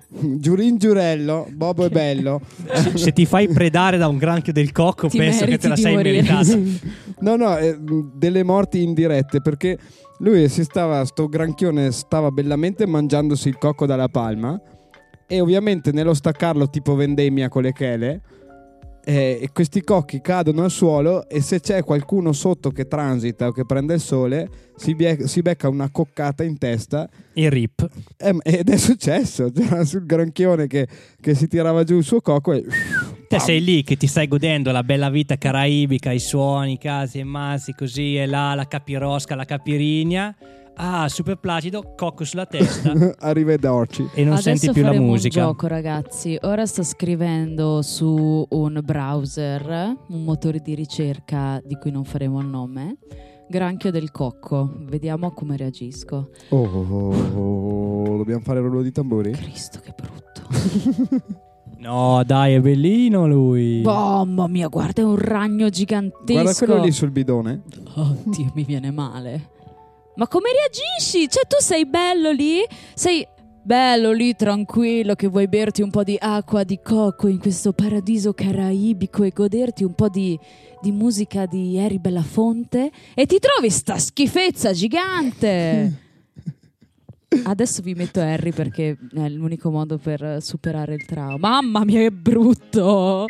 Giurin Giurello, Bobo è bello. Se, se ti fai predare da un granchio del cocco, Ti penso che meriti te la di sei morire. meritata. No, no, eh, delle morti indirette, perché lui si stava, sto granchione stava bellamente mangiandosi il cocco dalla palma, e ovviamente nello staccarlo tipo vendemmia con le chele, eh, e questi cocchi cadono al suolo, e se c'è qualcuno sotto che transita o che prende il sole si, bie- si becca una coccata in testa. Il rip. Eh, ed è successo, c'era sul granchione che, che si tirava giù il suo cocco e Te sei lì che ti stai godendo la bella vita caraibica, i suoni, i casi e mazzi, così e là, la capirosca, la capirigna. Ah, super placido, cocco sulla testa arrivederci. e non Adesso senti più la faremo musica. un gioco, ragazzi. Ora sto scrivendo su un browser, un motore di ricerca di cui non faremo il nome, granchio del cocco. Vediamo come reagisco. Oh, oh, oh, oh, dobbiamo fare il rullo di tamburi? Cristo, che brutto. No, dai, è bellino lui. Mamma mia, guarda, è un ragno gigantesco. Guarda quello lì sul bidone. Oddio, mi viene male. Ma come reagisci? Cioè, tu sei bello lì? Sei bello lì, tranquillo, che vuoi berti un po' di acqua di cocco in questo paradiso caraibico e goderti un po' di, di musica di Harry Belafonte, e ti trovi sta schifezza gigante. Adesso vi metto Harry perché è l'unico modo per superare il trauma. Mamma mia, che brutto!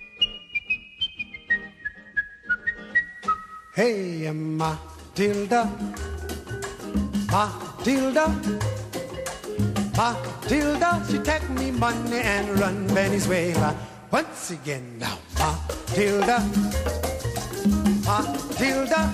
Hey, Matilda, Matilda, Matilda, she take me money and run Venezuela. Once again now, Matilda, Matilda,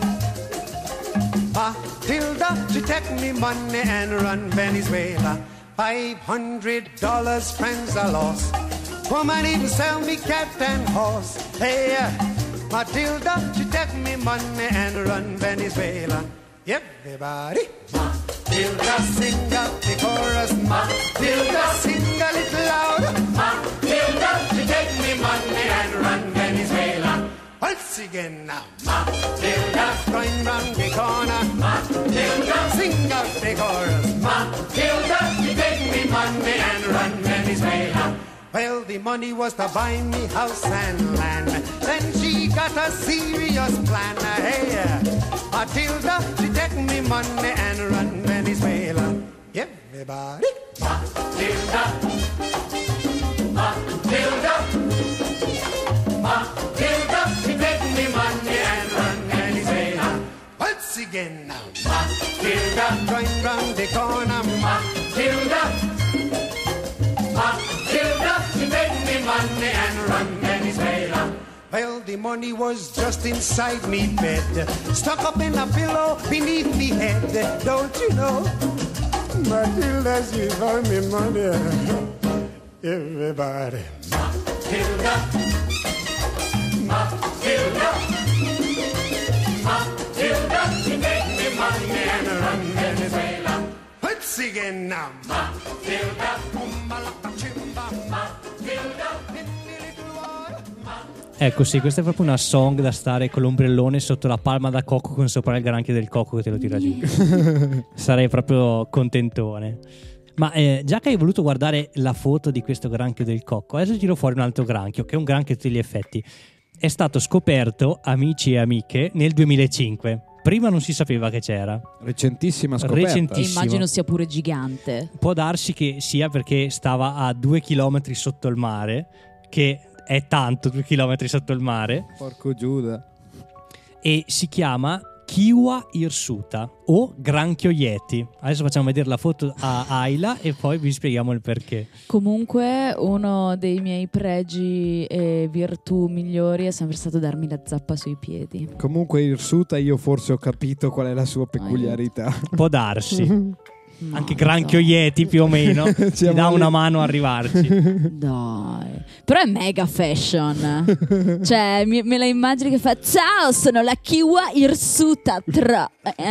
Matilda, she take me money and run Venezuela. Five hundred dollars, friends, I lost. Woman even sell me cat and horse. Hey, Matilda, she take me money and run Venezuela. Everybody, Matilda, sing out the chorus. Matilda, sing a little louder. Matilda, she take me money and run Venezuela. Once again now, Matilda, going round the corner. Matilda, sing out the chorus. Matilda, she take me money and run Venezuela. Well, the money was to buy me house and land. Then she got a serious plan. Hey, Matilda, she take me money and run Venezuela. Everybody, Matilda, Matilda, Matilda, she take me money and run Venezuela. Once again now, Matilda, going round the corner. Matilda, Matilda, she take me money and run Venezuela. Well, the money was just inside me bed, stuck up in a pillow beneath me head. Don't you know, Matilda, she found me money. Everybody, Matilda, Matilda, Matilda, she take me money and run Venezuela. Once again now, Matilda, Matilda, Matilda, in the little water. Ecco, sì, questa è proprio una song da stare con l'ombrellone sotto la palma da cocco con sopra il granchio del cocco che te lo tira giù. Sarei proprio contentone. Ma eh, già che hai voluto guardare la foto di questo granchio del cocco, adesso tiro fuori un altro granchio, che è un granchio a tutti gli effetti. È stato scoperto, amici e amiche, nel duemilacinque. Prima non si sapeva che c'era. Recentissima scoperta. E Recentissima. immagino sia pure gigante. Può darsi che sia perché stava a due chilometri sotto il mare, che è tanto, due chilometri sotto il mare, Porco Giuda. e si chiama Kiwa hirsuta o granchio yeti. Adesso facciamo vedere la foto a Ayla e poi vi spieghiamo il perché. Comunque uno dei miei pregi e virtù migliori è sempre stato darmi la zappa sui piedi. Comunque Irsuta io forse ho capito qual è la sua peculiarità. Può darsi. No, Anche granchio dai. yeti più o meno ti Siamo dà lì. una mano a arrivarci. Dai. Però è mega fashion. Cioè mi- me la immagini che fa: ciao, sono la Kiwa hirsuta tra.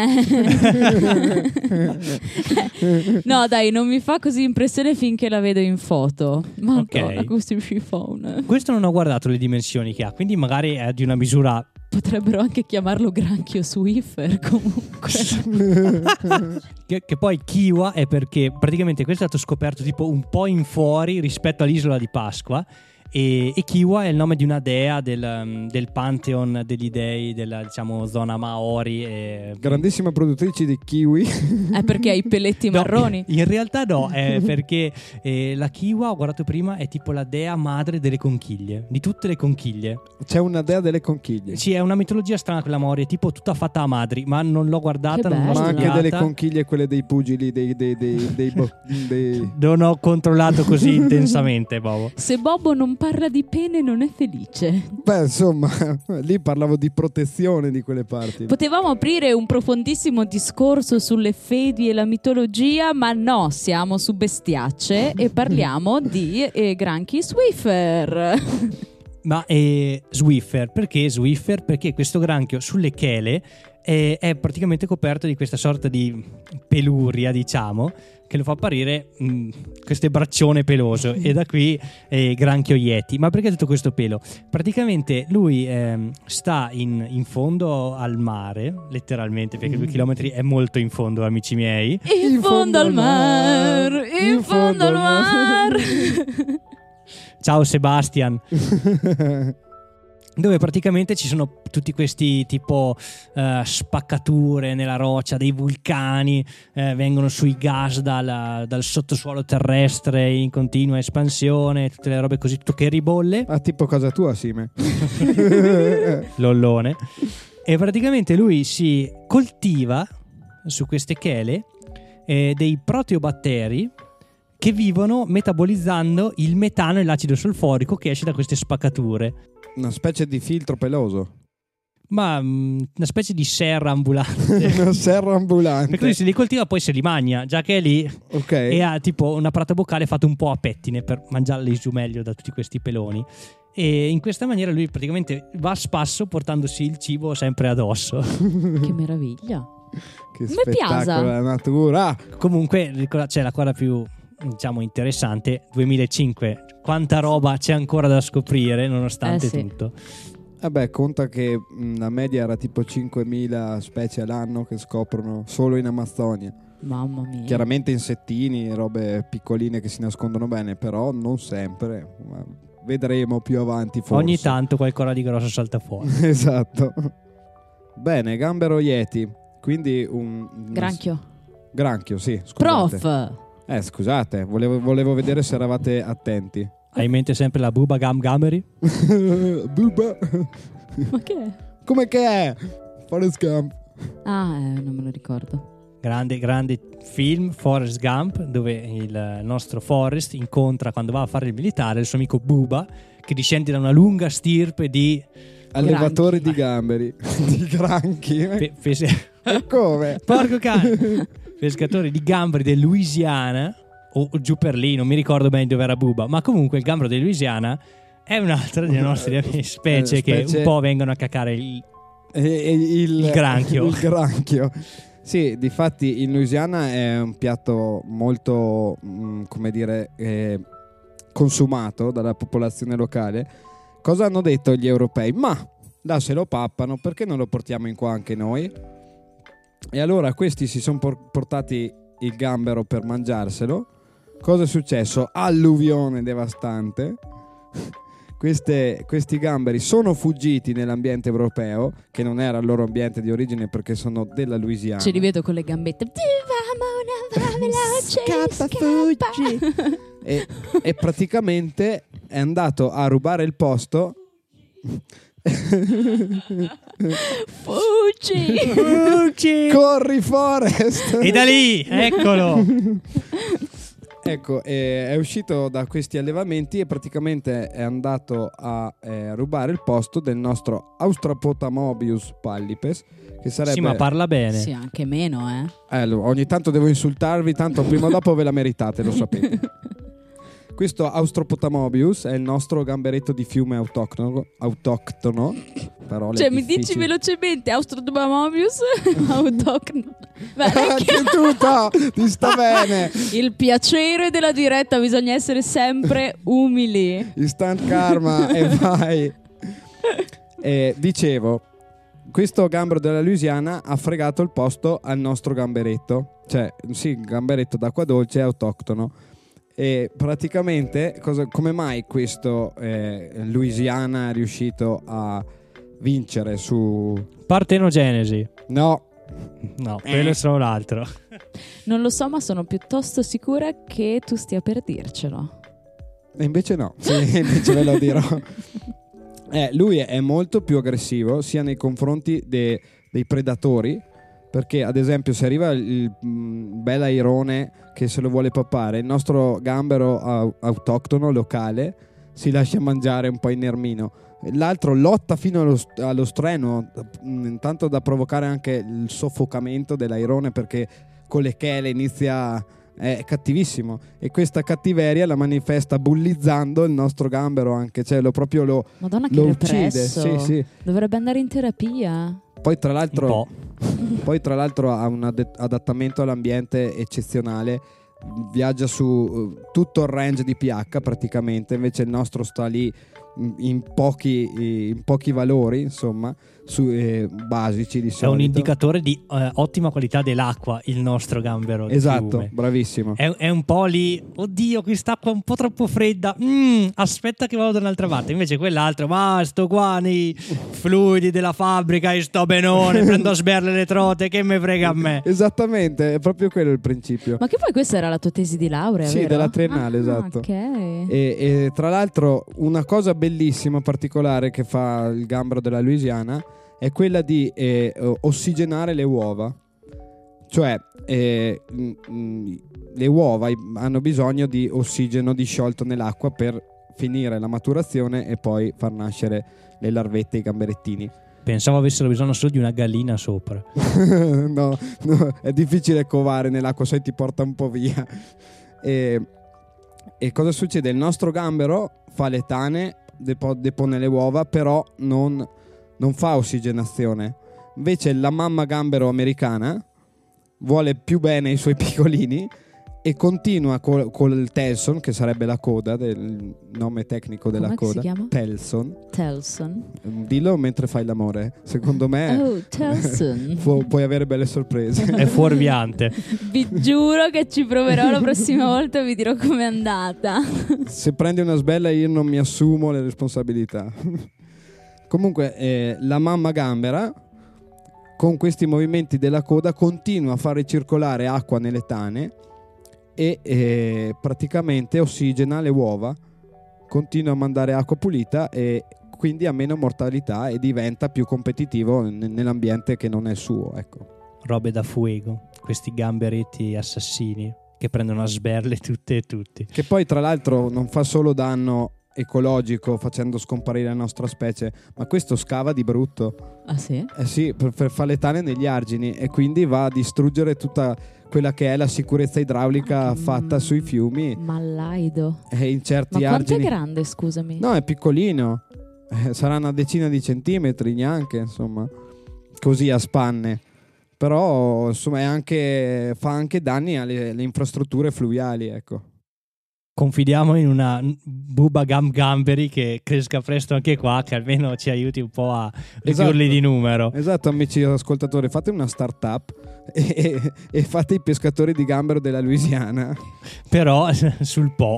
No dai, non mi fa così impressione finché la vedo in foto. Madonna, Ok. questo schifone. Questo non ho guardato le dimensioni che ha, quindi magari è di una misura Potrebbero anche chiamarlo granchio Swiffer comunque. che, che poi Kiwa è perché praticamente questo è stato scoperto tipo un po' in fuori rispetto all'isola di Pasqua. E, e Kiwa è il nome di una dea del, del pantheon degli dei della, diciamo, zona Maori e... Grandissima produttrice di kiwi. È perché ha i peletti No, marroni? in realtà no, è perché eh, la Kiwa, ho guardato prima, è tipo la dea madre delle conchiglie, di tutte le conchiglie. C'è una dea delle conchiglie. Sì, è una mitologia strana quella Maori, è tipo tutta fatta a madri, ma non l'ho guardata, Che non l'ho bello. Ma anche studiata. delle conchiglie, quelle dei pugili, dei, dei, dei, dei, bo- dei- Non ho controllato così intensamente, Bobo. Se Bobo non parla di pene non è felice. Beh, insomma, lì parlavo di protezione di quelle parti. Potevamo aprire un profondissimo discorso sulle fedi e la mitologia, ma no, siamo su bestiacce e parliamo di eh, granchi Swiffer. Ma è Swiffer, perché Swiffer? Perché questo granchio sulle chele è, è praticamente coperto di questa sorta di peluria, diciamo, che lo fa apparire mh, questo braccione peloso, e da qui eh, granchio Yeti. Ma perché tutto questo pelo? Praticamente lui ehm, sta in, in fondo al mare, letteralmente, perché due chilometri è molto in fondo, amici miei. In fondo al mar, in fondo al mar. Ciao Sebastian. Dove praticamente ci sono tutti questi tipo uh, spaccature nella roccia, dei vulcani, eh, vengono sui gas dal, dal sottosuolo terrestre in continua espansione, tutte le robe così, tutto che ribolle. Ah, tipo casa tua, Sime. Lollone. E praticamente lui si coltiva su queste chele eh, dei proteobatteri che vivono metabolizzando il metano e l'acido solforico che esce da queste spaccature. Una specie di filtro peloso. Ma mh, una specie di serra ambulante. Una serra ambulante. Perché lui se li coltiva poi se li mangia, già che è lì Ok. e ha tipo un apparato boccale fatto un po' a pettine per mangiarli giù meglio da tutti questi peloni. E in questa maniera lui praticamente va a spasso portandosi il cibo sempre addosso. Che meraviglia. Che Mi spettacolo piace. della natura. Comunque ricorda- c'è la cosa più, diciamo, interessante. duemilacinque, quanta roba c'è ancora da scoprire nonostante Eh sì. tutto. Vabbè, conta che mh, la media era tipo cinquemila specie all'anno che scoprono solo in Amazzonia. Mamma mia. Chiaramente insettini, robe piccoline che si nascondono bene, però non sempre. Ma vedremo più avanti forse. Ogni tanto qualcosa di grosso salta fuori. Esatto. Bene, gambero Yeti. Quindi un... una- Granchio. Granchio, sì, scusate. Prof. Eh, scusate, volevo, volevo vedere se eravate attenti. Hai in mente sempre la Bubba Gum Gummery? Buba. Ma che è? Come che è? Forrest Gump. Ah, eh, non me lo ricordo. Grande, grande film, Forrest Gump, dove il nostro Forrest incontra, quando va a fare il militare, il suo amico Bubba, che discende da una lunga stirpe di Allevatori Granchi. di gamberi. Di granchi. pe- pes- Ma come? porco cane, pescatori di gamberi del Louisiana, o o giù per lì, non mi ricordo bene dove era Bubba, ma comunque il gambero del Louisiana è un'altra delle nostre specie, Eh, che specie- un po' vengono a cacare il... E- e il, Il granchio. Il granchio. Sì, difatti in Louisiana è un piatto molto, mh, come dire, eh, consumato dalla popolazione locale. Cosa hanno detto gli europei? Ma là se lo pappano, perché non lo portiamo in qua anche noi? E allora questi si sono por- portati il gambero per mangiarselo. Cosa è successo? Alluvione devastante. Queste, questi gamberi sono fuggiti nell'ambiente europeo, che non era il loro ambiente di origine perché sono della Louisiana. Ce li vedo con le gambette. Vamo, una veloce, Scappa, fuggi. E, e praticamente è andato a rubare il posto. Fuggi. Fuggi! Corri, Forest! E da lì, eccolo! Ecco, eh, è uscito da questi allevamenti e praticamente è andato a eh, rubare il posto del nostro Australopotamobius pallipes, che sarebbe... Sì, ma parla bene. Sì, anche meno, eh. Eh, lo- ogni tanto devo insultarvi, tanto prima o dopo ve la meritate, lo sapete. Questo Australopotamobius è il nostro gamberetto di fiume autoctono, autoctono parole Cioè, mi dici difficili. velocemente Australopotamobius autoctono. Anche tutto ti sta bene. Il piacere della diretta, bisogna essere sempre umili. Instant karma e vai. Eh, dicevo, questo gambero della Louisiana ha fregato il posto al nostro gamberetto, cioè sì, il gamberetto d'acqua dolce è autoctono. E praticamente cosa, come mai questo eh, Louisiana è riuscito a vincere su Partenogenesi. no No, quello è solo l'altro. Non lo so, ma sono piuttosto sicura che tu stia per dircelo. e invece no sì, invece ve lo dirò. Eh, lui è molto più aggressivo sia nei confronti de- dei predatori, perché ad esempio se arriva il mm, bel airone che se lo vuole papare, il nostro gambero au- autoctono locale si lascia mangiare un po' in ermino. L'altro lotta fino allo, st- allo strenuo, mh, intanto da provocare anche il soffocamento dell'airone, perché con le chele inizia, è cattivissimo, e questa cattiveria la manifesta bullizzando il nostro gambero anche, cioè lo proprio lo, Madonna che lo uccide. represso. Sì, sì. Dovrebbe andare in terapia. Poi tra Un l'altro po'. poi tra l'altro ha un ad- adattamento all'ambiente eccezionale, viaggia su uh, tutto il range di pH praticamente, invece il nostro sta lì in, in pochi in pochi valori, insomma, su, eh, basici di È solito. un indicatore di eh, ottima qualità dell'acqua, il nostro gambero di Esatto, fiume. bravissimo. È, è un po' lì, oddio, quest'acqua è un po' troppo fredda. Mm, aspetta che vado da un'altra parte. Invece quell'altro, ma sto qua nei fluidi della fabbrica e sto benone, prendo a sberle le trote, che me frega a me. Esattamente, è proprio quello il principio. Ma che poi questa era la tua tesi di laurea, Sì, vero? della triennale, Ah, esatto. Ok. E, e tra l'altro una cosa bellissima, particolare che fa il gambero della Louisiana è quella di eh, ossigenare le uova. Cioè eh, mh, mh, le uova hanno bisogno di ossigeno disciolto nell'acqua per finire la maturazione e poi far nascere le larvette, i gamberettini. Pensavo avessero bisogno solo di una gallina sopra. no, no, è difficile covare nell'acqua, se ti porta un po' via. E, e cosa succede? Il nostro gambero fa le tane, depo- depone le uova, però non, non fa ossigenazione. Invece la mamma gambero americana vuole più bene ai suoi piccolini e continua col, col telson, che sarebbe la coda, del nome tecnico della Com'è che coda. si chiama? Telson. Telson. Dillo mentre fai l'amore. Secondo me Oh, Telson. pu- puoi avere belle sorprese. È fuorviante. Vi giuro che ci proverò la prossima volta e vi dirò com'è andata. Se prendi una sbella io non mi assumo le responsabilità. Comunque eh, la mamma gambera con questi movimenti della coda continua a far ricircolare acqua nelle tane e eh, praticamente ossigena le uova, continua a mandare acqua pulita e quindi ha meno mortalità e diventa più competitivo n- nell'ambiente che non è il suo, ecco. Robe da fuego, questi gamberetti assassini che prendono a sberle tutte e tutti. Che poi tra l'altro non fa solo danno ecologico facendo scomparire la nostra specie, ma questo scava di brutto. Ah sì? Eh sì, per, per fare le tane negli argini, e quindi va a distruggere tutta quella che è la sicurezza idraulica Ah, che fatta m- sui fiumi Mallaido. e in certi Ma quanto è argini. grande, scusami? No, è piccolino, eh, sarà una decina di centimetri neanche, insomma, così a spanne. Però insomma è anche, fa anche danni alle, alle infrastrutture fluviali, ecco. Confidiamo in una Bubba Gam Gamberi che cresca presto anche qua, che almeno ci aiuti un po' a ridurli Esatto. di numero. Esatto, amici ascoltatori, fate una startup e, e, e fate i pescatori di gambero della Louisiana. Però sul po'.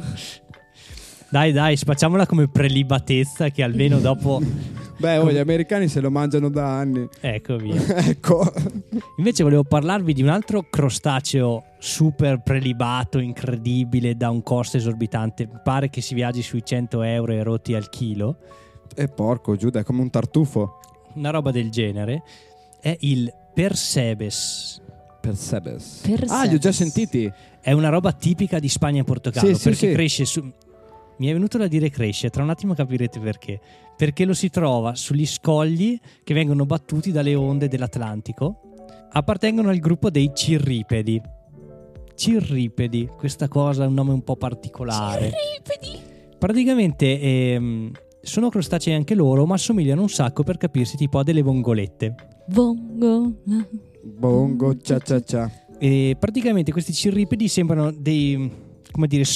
Dai, dai, spacciamola come prelibatezza che almeno dopo... Beh, oh, gli americani se lo mangiano da anni. Ecco via. Ecco. Invece volevo parlarvi di un altro crostaceo super prelibato, incredibile, da un costo esorbitante. Pare che si viaggi sui cento euro e rotti al chilo. E porco Giuda, è come un tartufo. Una roba del genere. È il Persebes. Persebes. Persebes. Ah, li ho già sentiti. È una roba tipica di Spagna e Portogallo, Sì, sì, perché sì. cresce su... Mi è venuto da dire cresce, tra un attimo capirete perché. Perché lo si trova sugli scogli che vengono battuti dalle onde dell'Atlantico. Appartengono al gruppo dei cirripedi. Cirripedi, questa cosa è un nome un po' particolare. Cirripedi. Praticamente ehm, sono crostacei anche loro, ma assomigliano un sacco, per capirsi, tipo a delle vongolette. Vongola. Bongo cia cia cia. E praticamente questi cirripedi sembrano dei, come dire,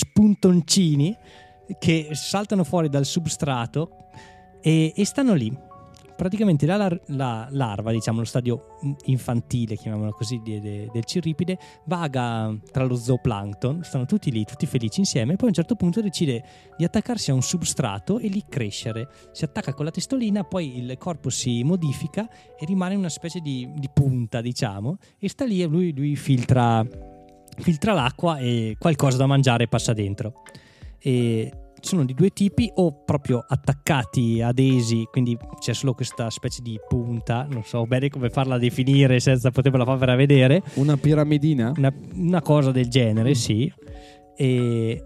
spuntoncini che saltano fuori dal substrato e, e stanno lì. praticamente la, lar- la larva, diciamo lo stadio infantile, chiamiamolo così, de- de- del cirripide, vaga tra lo zooplancton, stanno tutti lì, tutti felici insieme, e poi a un certo punto decide di attaccarsi a un substrato e lì crescere. Si attacca con la testolina, poi il corpo si modifica e rimane una specie di, di punta, diciamo, e sta lì e lui, lui filtra, filtra l'acqua e qualcosa da mangiare passa dentro. E sono di due tipi, o proprio attaccati, adesi, quindi c'è solo questa specie di punta, non so bene come farla definire senza poterla farvela vedere, Una piramidina? una, una cosa del genere, sì. E,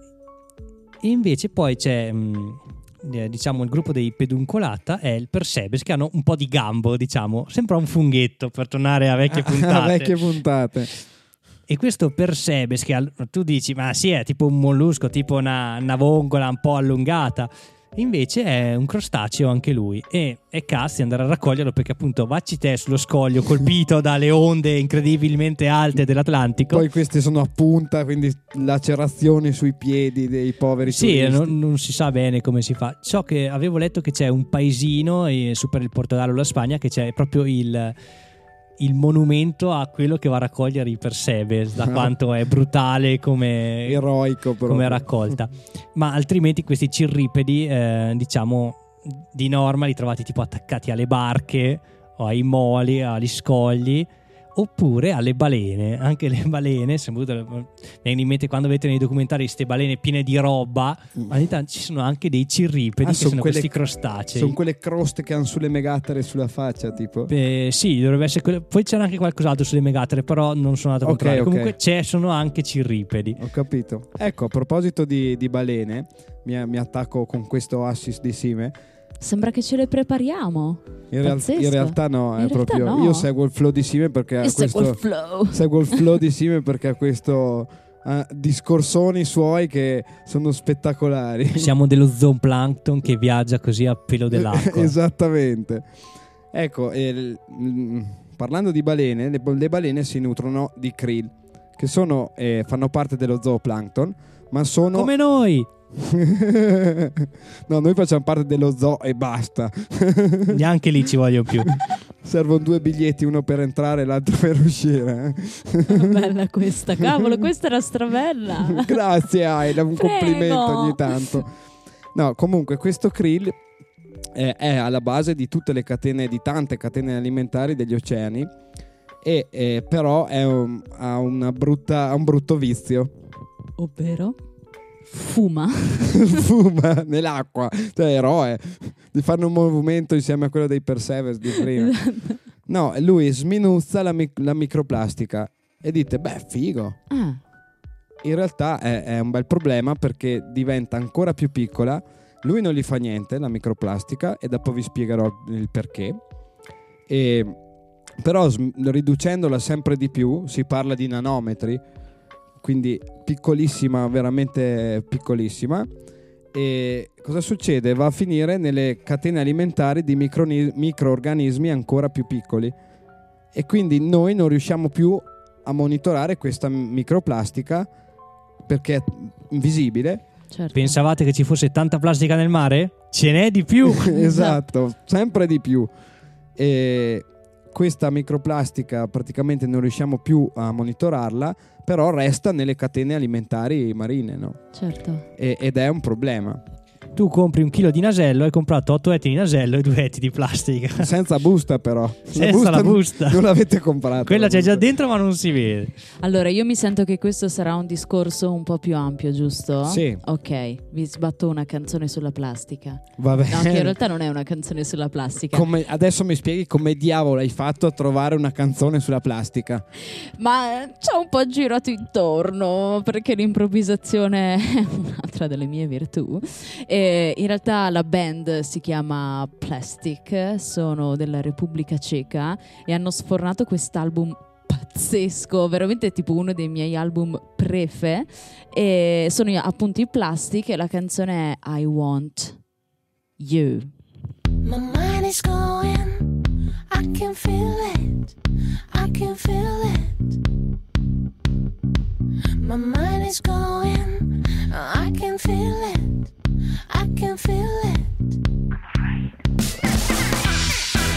e invece poi c'è mh, eh, diciamo il gruppo dei peduncolata, è il Persebes, che hanno un po' di gambo, diciamo, sembra un funghetto, per tornare a vecchie puntate. Vecchie puntate. E questo Persebes, che al- tu dici ma sì, è tipo un mollusco, tipo una, una vongola un po' allungata, invece è un crostaceo anche lui, e è cazzo di andare a raccoglierlo, perché appunto vacci te sullo scoglio colpito dalle onde incredibilmente alte dell'Atlantico. Poi questi sono a punta, quindi lacerazioni sui piedi dei poveri Sì, turisti. non, non si sa bene come si fa. So che avevo letto che c'è un paesino eh, su per il Portogallo, la Spagna, che c'è proprio il il monumento a quello che va a raccogliere i Persebes, da quanto è brutale come, Eroico proprio. come raccolta. Ma altrimenti questi cirripedi, eh, diciamo, di norma li trovate tipo attaccati alle barche o ai moli, agli scogli, oppure alle balene. Anche le balene, mi viene in mente quando vedete nei documentari queste balene piene di roba, ma ogni tanto ci sono anche dei cirripedi, Ah, che son sono quelle- questi crostacei. Sono quelle croste che hanno sulle megattere sulla faccia, tipo. Eh, sì, dovrebbe essere quello. Poi c'era anche qualcos'altro sulle megattere, però non sono andato a Ok, controllare. ok. Comunque c'è, sono anche cirripedi. Ho capito. Ecco, a proposito di, di balene, mi, mi attacco con questo assist di Sime. Sembra che ce le prepariamo. In, real- Pazzesco. in realtà no, è In realtà proprio. no. Io seguo il flow di Sime perché ha Io questo. seguo il flow. seguo il flow di Sime perché ha questo. ah, discorsoni suoi che sono spettacolari. Siamo dello zooplancton che viaggia così a pelo dell'acqua. Esattamente. Ecco, il- mm, parlando di balene, le, le balene si nutrono di krill, che sono, eh, fanno parte dello zooplancton, ma sono. Come noi. No, noi facciamo parte dello zoo e basta. Neanche lì ci voglio più. Servono due biglietti, uno per entrare e l'altro per uscire. eh. Bella questa, cavolo, questa era strabella. Grazie, Aila, un Prego. complimento ogni tanto. No, comunque questo krill eh, è alla base di tutte le catene, di tante catene alimentari degli oceani, e eh, però è un, ha, una brutta, ha un brutto vizio. Ovvero? Fuma. Fuma nell'acqua, cioè eroe di fare un movimento insieme a quello dei Perseverance di prima. No, lui sminuzza la, mic- la microplastica e dite beh figo. Ah, In realtà è, è un bel problema perché diventa ancora più piccola. Lui non gli fa niente la microplastica, e dopo vi spiegherò il perché. E, però sm- riducendola sempre di più, si parla di nanometri, quindi piccolissima, veramente piccolissima. E cosa succede? Va a finire nelle catene alimentari di microni- microorganismi ancora più piccoli, e quindi noi non riusciamo più a monitorare questa microplastica perché è invisibile. certo. Pensavate che ci fosse tanta plastica nel mare? Ce n'è di più. Esatto, sempre di più. E questa microplastica praticamente non riusciamo più a monitorarla, però resta nelle catene alimentari marine, no? Certo. E- ed è un problema. Tu compri un chilo di nasello, hai comprato otto etti di nasello e due etti di plastica. Senza busta però. Senza la non- busta. Non l'avete comprata. Quella la c'è già busta. dentro ma non si vede. Allora, io mi sento che questo sarà un discorso un po' più ampio, giusto? Sì. Ok, vi sbatto una canzone sulla plastica. Va bene. No, che in realtà non è una canzone sulla plastica. Come- adesso mi spieghi come diavolo hai fatto a trovare una canzone sulla plastica. Ma ci ho un po' girato intorno, perché l'improvvisazione è un'altra delle mie virtù. E in realtà la band si chiama Plastic, sono della Repubblica Ceca e hanno sfornato quest'album pazzesco, veramente tipo uno dei miei album prefe, e sono appunto i Plastic e la canzone è I Want You. My mind is going, I can feel it, I can feel it. My mind is going, I can feel it, I can feel it.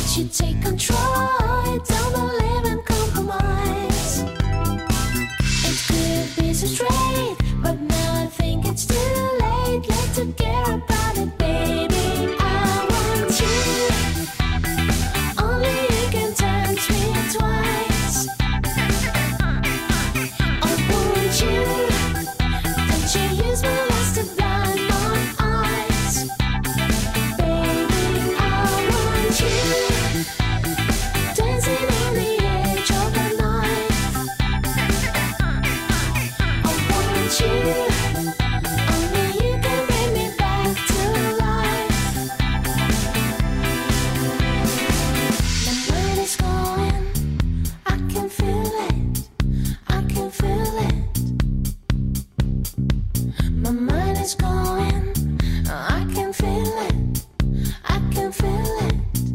should take control. Don't believe in compromise. It could be so straight, but now I think it's too late. Let's forget about it, baby. I want you. Only you can touch me twice. I want you. Don't you use my lust to blind my eyes, baby. I want you. Dancing on the edge of the night. I want you. Only you can bring me back to life. My mind is going. I can feel it. I can feel it. My mind is going. I can feel it. I can feel it.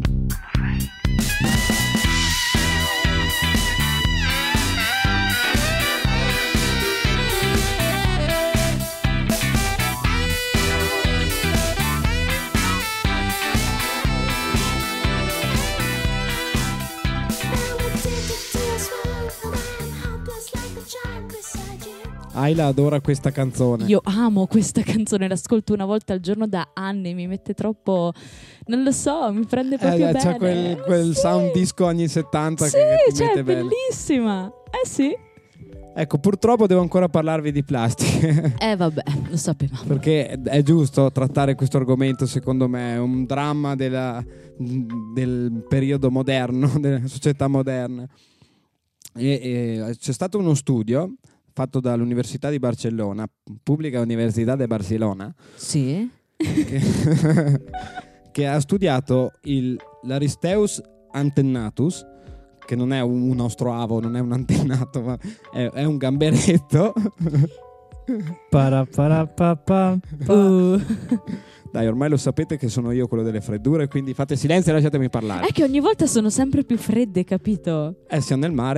Now addicted to your smile, and I'm helpless like a child beside you. Ayla adora questa canzone. Io amo questa canzone, l'ascolto una volta al giorno da anni, mi mette troppo, non lo so, mi prende proprio Eh, bene. c'è quel, quel Sì. sound disco anni settanta Sì, che, che ti cioè, mette è bene. bellissima. Eh sì. Ecco, purtroppo devo ancora parlarvi di plastica. Eh vabbè, lo sapevamo. Perché è giusto trattare questo argomento, secondo me, è un dramma della- del periodo moderno, della società moderna. E, e c'è stato uno studio fatto dall'Università di Barcellona, pubblica Università de Barcelona, Sì. che, che ha studiato il l'Aristeus antennatus, che non è un, un nostro avo, non è un antennato, ma è, è un gamberetto. Para, para, pa, pa, pa. Uh. Dai, ormai lo sapete che sono io quello delle freddure, quindi fate silenzio e lasciatemi parlare. È che ogni volta sono sempre più fredde, capito? Eh, siamo nel mare.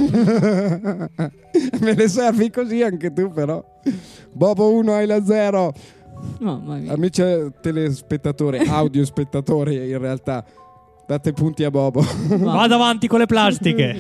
Me ne servi così anche tu, però. Bobo uno, Ayla zero. Mamma mia. Amici telespettatori, audio spettatori, in realtà, date punti a Bobo. Vado avanti con le plastiche.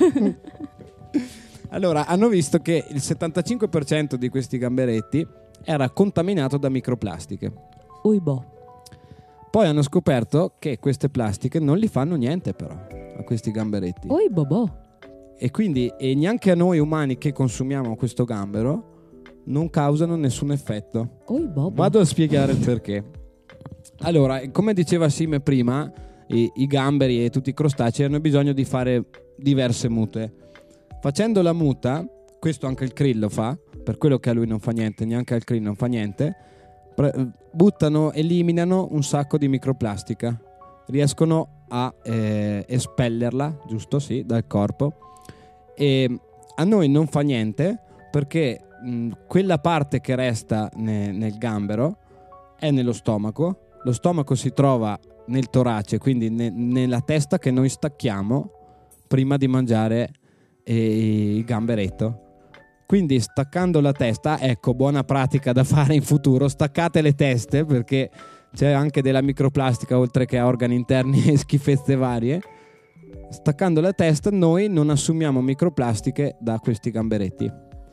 Allora, hanno visto che il settantacinque per cento di questi gamberetti era contaminato da microplastiche. Ui boh. Poi hanno scoperto che queste plastiche non gli fanno niente, però, a questi gamberetti. Ui boh. E quindi e neanche a noi umani che consumiamo questo gambero non causano nessun effetto. Ui boh. Vado a spiegare il perché. Allora, come diceva Sime prima, i, i gamberi e tutti i crostacei hanno bisogno di fare diverse mute. Facendo la muta, questo anche il krill lo fa, per quello che a lui non fa niente, neanche al krill non fa niente, pre- buttano, eliminano un sacco di microplastica, riescono a eh, espellerla, giusto? Sì, dal corpo. E a noi non fa niente perché mh, quella parte che resta ne- nel gambero è nello stomaco. Lo stomaco si trova nel torace, quindi ne- nella testa che noi stacchiamo prima di mangiare eh, il gamberetto. Quindi staccando la testa, ecco, buona pratica da fare in futuro, staccate le teste perché c'è anche della microplastica oltre che a organi interni e schifezze varie. Staccando la testa noi non assumiamo microplastiche da questi gamberetti.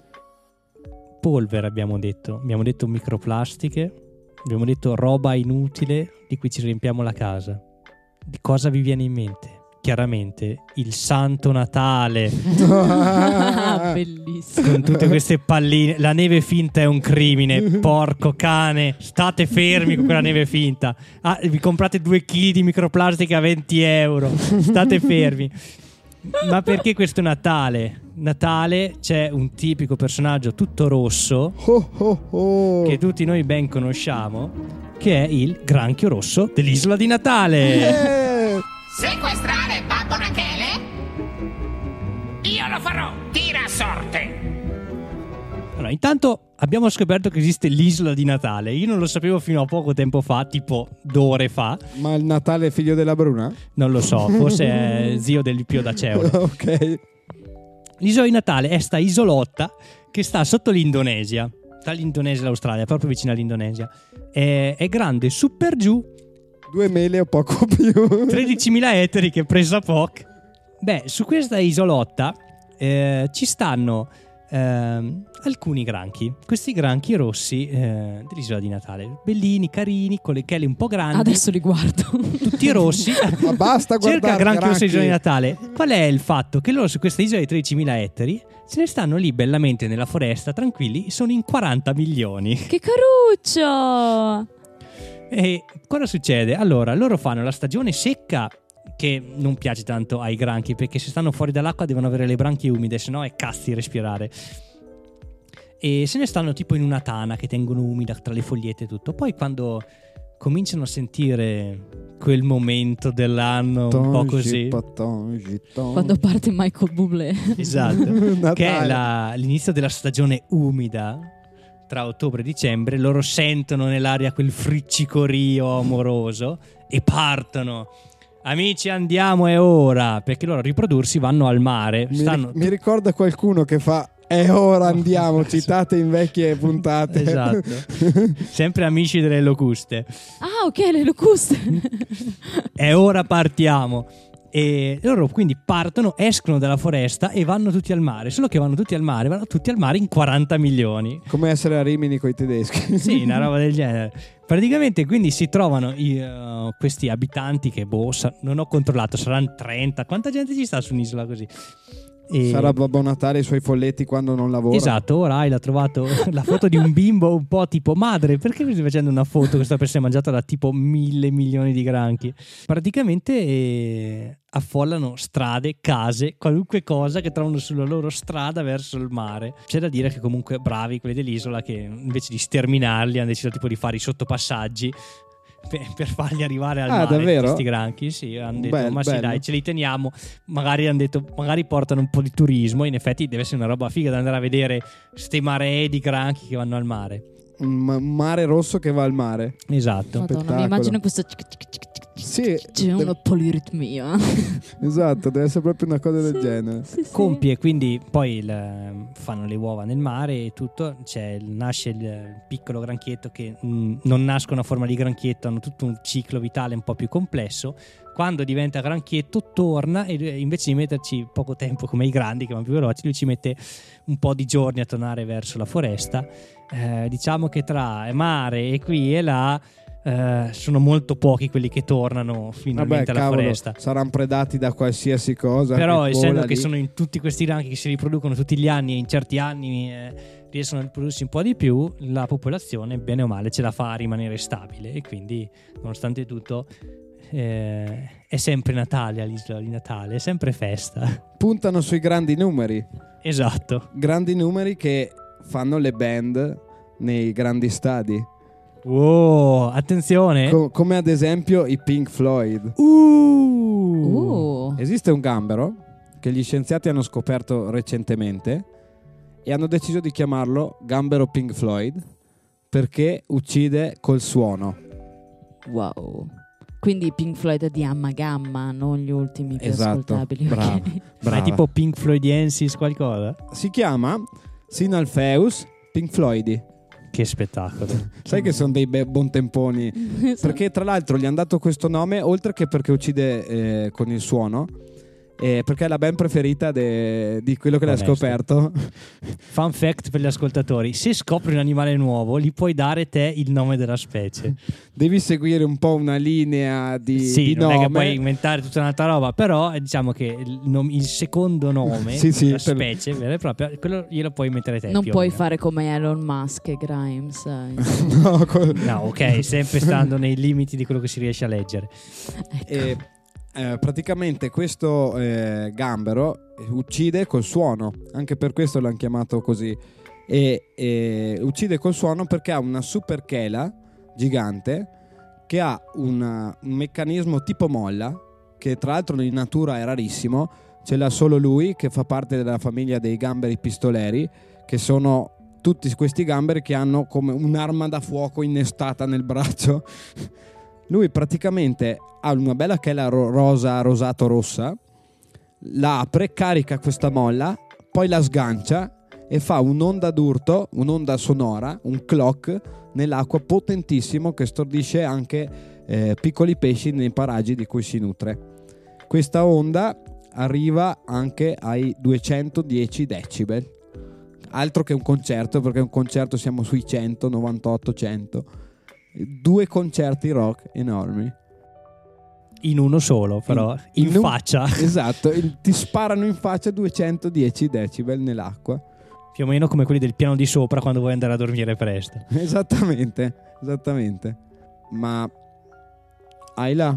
Polvere abbiamo detto, abbiamo detto microplastiche, abbiamo detto roba inutile di cui ci riempiamo la casa. Di cosa vi viene in mente? Chiaramente il Santo Natale. Ah, bellissimo. Con tutte queste palline. La neve finta è un crimine. Porco cane, state fermi con quella neve finta. Ah, vi comprate due chili di microplastica a venti euro. State fermi. Ma perché questo Natale? Natale c'è un tipico personaggio tutto rosso Oh, oh, oh. che tutti noi ben conosciamo, che è il granchio rosso dell'isola di Natale. Eh, Sequestrare Babbo Rachele? Io lo farò, tira a sorte. Allora, intanto abbiamo scoperto che esiste l'isola di Natale. Io non lo sapevo fino a poco tempo fa, tipo due ore fa. ma il Natale è figlio della Bruna? Non lo so, forse è zio del Pio da Ceolo. Ok. L'isola di Natale è sta isolotta che sta sotto l'Indonesia. Tra l'Indonesia e l'Australia, proprio vicino all'Indonesia. È, è grande su per giù Due mele o poco più. tredicimila ettari che presa poco. Beh, su questa isolotta eh, ci stanno eh, alcuni granchi. Questi granchi rossi eh, dell'isola di Natale. Bellini, carini, con le chele un po' grandi. Adesso li guardo. Tutti rossi. Ma basta guardare Cerca granchi rossi granchi. dell'isola di Natale. Qual è il fatto? Che loro su questa isola di tredicimila ettari se ne stanno lì bellamente nella foresta, tranquilli, sono in quaranta milioni. Che caruccio! E cosa succede? Allora, loro fanno la stagione secca, che non piace tanto ai granchi, perché se stanno fuori dall'acqua devono avere le branchie umide, sennò è cazzi respirare. E se ne stanno tipo in una tana che tengono umida tra le fogliette e tutto. Poi quando cominciano a sentire quel momento dell'anno un po' così, Patongi, patongi. Quando parte Michael Bublé. esatto, Natale. che è la- l'inizio della stagione umida tra ottobre e dicembre, loro sentono nell'aria quel friccicorio amoroso e partono. Amici, andiamo, è ora, perché loro a riprodursi vanno al mare. Mi, Stanno mi ricorda qualcuno che fa "è ora andiamo", citate in vecchie puntate. Esatto. Sempre amici delle locuste. Ah, ok, le locuste. È ora, partiamo. E loro quindi partono, escono dalla foresta e vanno tutti al mare. Solo che vanno tutti al mare, vanno tutti al mare in quaranta milioni. Come essere a Rimini coi tedeschi. Sì, una roba del genere. Praticamente quindi si trovano i, uh, questi abitanti che boh, sa- non ho controllato, saranno trenta. Quanta gente ci sta su un'isola così? E- Sarà Babbo Natale e i suoi folletti quando non lavora. Esatto, ora hai trovato la foto di un bimbo un po' tipo madre, perché mi stai facendo una foto che sta per essere mangiata da tipo mille milioni di granchi? Praticamente eh, affollano strade, case, qualunque cosa che trovano sulla loro strada verso il mare. C'è da dire che comunque bravi quelli dell'isola che invece di sterminarli hanno deciso tipo di fare i sottopassaggi per, per farli arrivare al Ah, mare davvero? questi granchi. Sì, hanno detto Bel- ma sì bello. dai, ce li teniamo. Magari hanno detto magari portano un po' di turismo. In effetti deve essere una roba figa da andare a vedere ste maree di granchi che vanno al mare. Un ma- mare rosso che va al mare. Esatto. Madonna, mi Spettacolo. immagino questo. Sì, C'è una poliritmia. esatto, deve essere proprio una cosa del Sì, genere. sì, sì. Compie, quindi poi il- fanno le uova nel mare e tutto. C'è, nasce il piccolo granchietto che mh, non nascono a forma di granchietto, hanno tutto un ciclo vitale un po' più complesso. Quando diventa granchietto torna e lui, invece di metterci poco tempo come i grandi che vanno più veloci, lui ci mette un po' di giorni a tornare verso la foresta. Eh, diciamo che tra mare e qui e là eh, sono molto pochi quelli che tornano Vabbè, finalmente alla cavolo, foresta. saranno predati da qualsiasi cosa. Però che essendo vola che lì. sono in tutti questi ranchi che si riproducono tutti gli anni e in certi anni eh, riescono a riprodursi un po' di più, la popolazione bene o male ce la fa a rimanere stabile e quindi nonostante tutto eh, è sempre Natale all'isola di Natale, è sempre festa. Puntano sui grandi numeri. Esatto. Grandi numeri che fanno le band nei grandi stadi. Wow, attenzione. Co- come ad esempio i Pink Floyd. uh. Uh. Esiste un gambero che gli scienziati hanno scoperto recentemente e hanno deciso di chiamarlo gambero Pink Floyd perché uccide col suono. Wow. Quindi Pink Floyd di Amma Gamma, non gli ultimi più Esatto, ascoltabili. brava, ok. Ma brava. è tipo Pink Floydiensis qualcosa? Si chiama Sinalpheus Pink Floydi. Che spettacolo. Sai che sono dei be- buontemponi. Perché tra l'altro gli hanno dato questo nome oltre che perché uccide eh, con il suono, eh, perché è la band preferita de- di quello che l'ha Onesto. scoperto. Fun fact per gli ascoltatori: se scopri un animale nuovo, gli puoi dare te il nome della specie. Devi seguire un po' una linea di, Sì, di non nome. è che puoi inventare tutta un'altra roba, però eh, diciamo che il, nom- il secondo nome Sì, sì, della te lo- specie vera e propria, quello glielo puoi mettere te. Non più o puoi meno. fare come Elon Musk e Grimes. eh, No, col- No, ok, sempre stando nei limiti di quello che si riesce a leggere. E, eh, praticamente questo eh, gambero uccide col suono, anche per questo l'hanno chiamato così. E, e uccide col suono perché ha una super chela gigante che ha una- un meccanismo tipo molla, che tra l'altro in natura è rarissimo, ce l'ha solo lui, che fa parte della famiglia dei gamberi pistoleri, che sono tutti questi gamberi che hanno come un'arma da fuoco innestata nel braccio. Lui praticamente ha una bella chela ro- rosa, rosato rossa, la apre, carica questa molla, poi la sgancia e fa un'onda d'urto, un'onda sonora, un clock nell'acqua potentissimo che stordisce anche eh, piccoli pesci nei paraggi di cui si nutre. Questa onda arriva anche ai duecentodieci decibel, altro che un concerto, perché un concerto siamo sui cento, novantotto, cento. Due concerti rock enormi in uno solo, però in, in, in faccia. Un, esatto, il, ti sparano in faccia duecentodieci decibel nell'acqua, più o meno come quelli del piano di sopra quando vuoi andare a dormire presto. Esattamente, esattamente. Ma Ayla,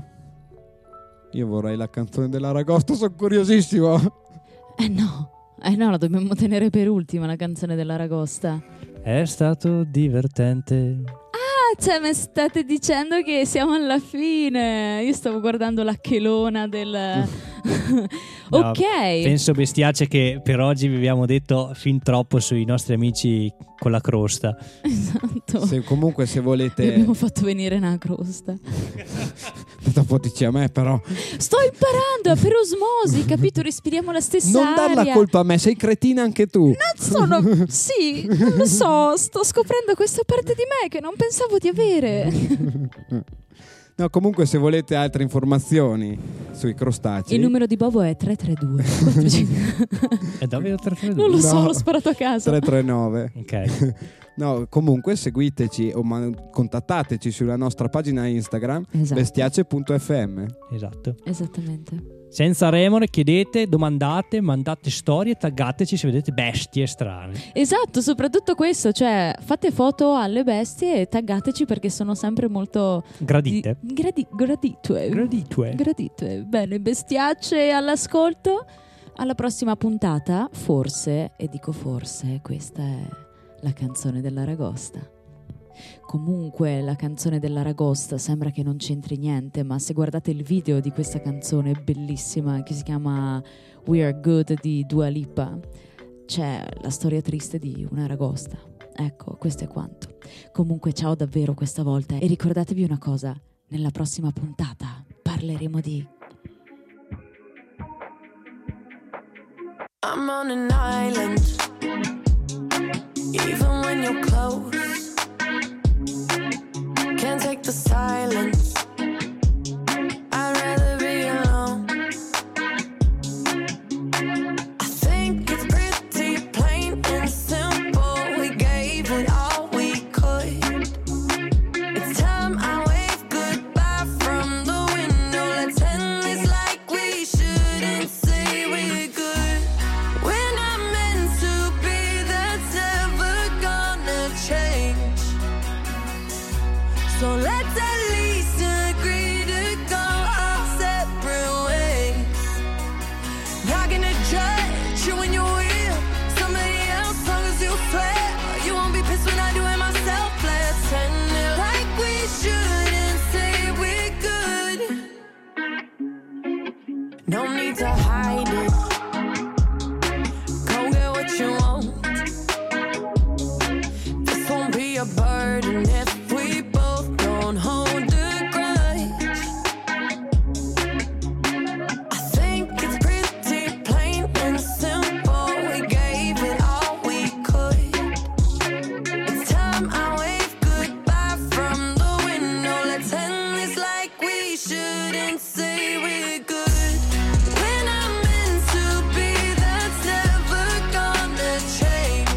io vorrei la canzone dell'Aragosta, sono curiosissimo. Eh no, eh no, la dobbiamo tenere per ultima, la canzone dell'Aragosta. È stato divertente. Ah, cioè mi state dicendo che siamo alla fine. Io stavo guardando la chelona del... No, ok. Penso, bestiace, che per oggi vi abbiamo detto fin troppo sui nostri amici con la crosta. Esatto. Se, comunque se volete... Vi abbiamo fatto venire una crosta. Dopo dici a me però. Sto imparando per osmosi, capito? Respiriamo la stessa non aria. Non dar la colpa a me, sei cretina anche tu. Non sono... Sì, non lo so, sto scoprendo questa parte di me che non pensavo di avere. No, comunque se volete altre informazioni sui crostacei, il numero di Bobo è tre tre due. È davvero tre tre due? Non lo so, no, l'ho sparato a caso. tre tre nove. Ok. No, comunque seguiteci o man- contattateci sulla nostra pagina Instagram, esatto. bestiace punto effe emme. Esatto. Esattamente. Senza remore, chiedete, domandate, mandate storie, taggateci se vedete bestie strane. Esatto, soprattutto questo, cioè fate foto alle bestie e taggateci perché sono sempre molto gradite. Di, gradi, graditue. Graditue. Graditue. Bene, bestiacce all'ascolto. Alla prossima puntata, forse, e dico forse, questa è la canzone dell'Aragosta. Comunque la canzone dell'Aragosta sembra che non c'entri niente, ma se guardate il video di questa canzone bellissima che si chiama We Are Good di Dua Lipa, c'è la storia triste di un'aragosta. Ecco, questo è quanto. Comunque ciao davvero questa volta e ricordatevi una cosa, nella prossima puntata parleremo di... I'm on an island, even when you're close. Can't take the silence. I'd rather be alone. I think it's pretty plain and simple. We gave it all we could. It's time I wave goodbye from the window. Let's end this like we shouldn't say we're good. We're not meant to be, that's never gonna change. So let's at least agree to go our separate ways. Not gonna judge you when you're with somebody else, long as you swear you won't be pissed when I do it myself. Let's end it like we should and say we're good. No need to hide it. Go get what you want. This won't be a burden if we both don't hold a grudge. I think it's pretty plain and simple. We gave it all we could. It's time I wave goodbye from the window. Let's end this like we shouldn't say we're good. We're not meant to be, that's never gonna change.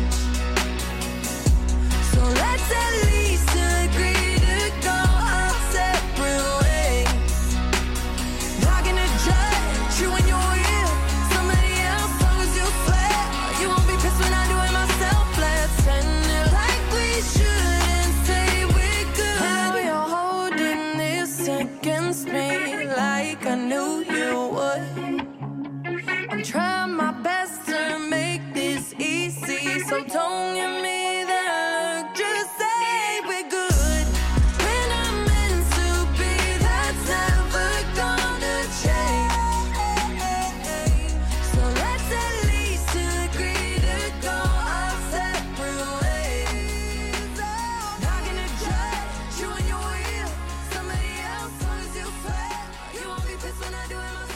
So let's at least agree to go our separate ways. Not gonna judge you when you're with somebody else, long as you swear you won't be pissed when I do it myself. Let's end it like we should and say we're good. Now you're holding this against me like I knew you would. I'm trying my best to make this easy, so don't give me that look, just say we're good. We're not meant to be, that's never gonna change. So let's at least agree to go our separate ways. Not gonna judge you when you're with somebody else, long as you swear you won't be pissed when I do it myself.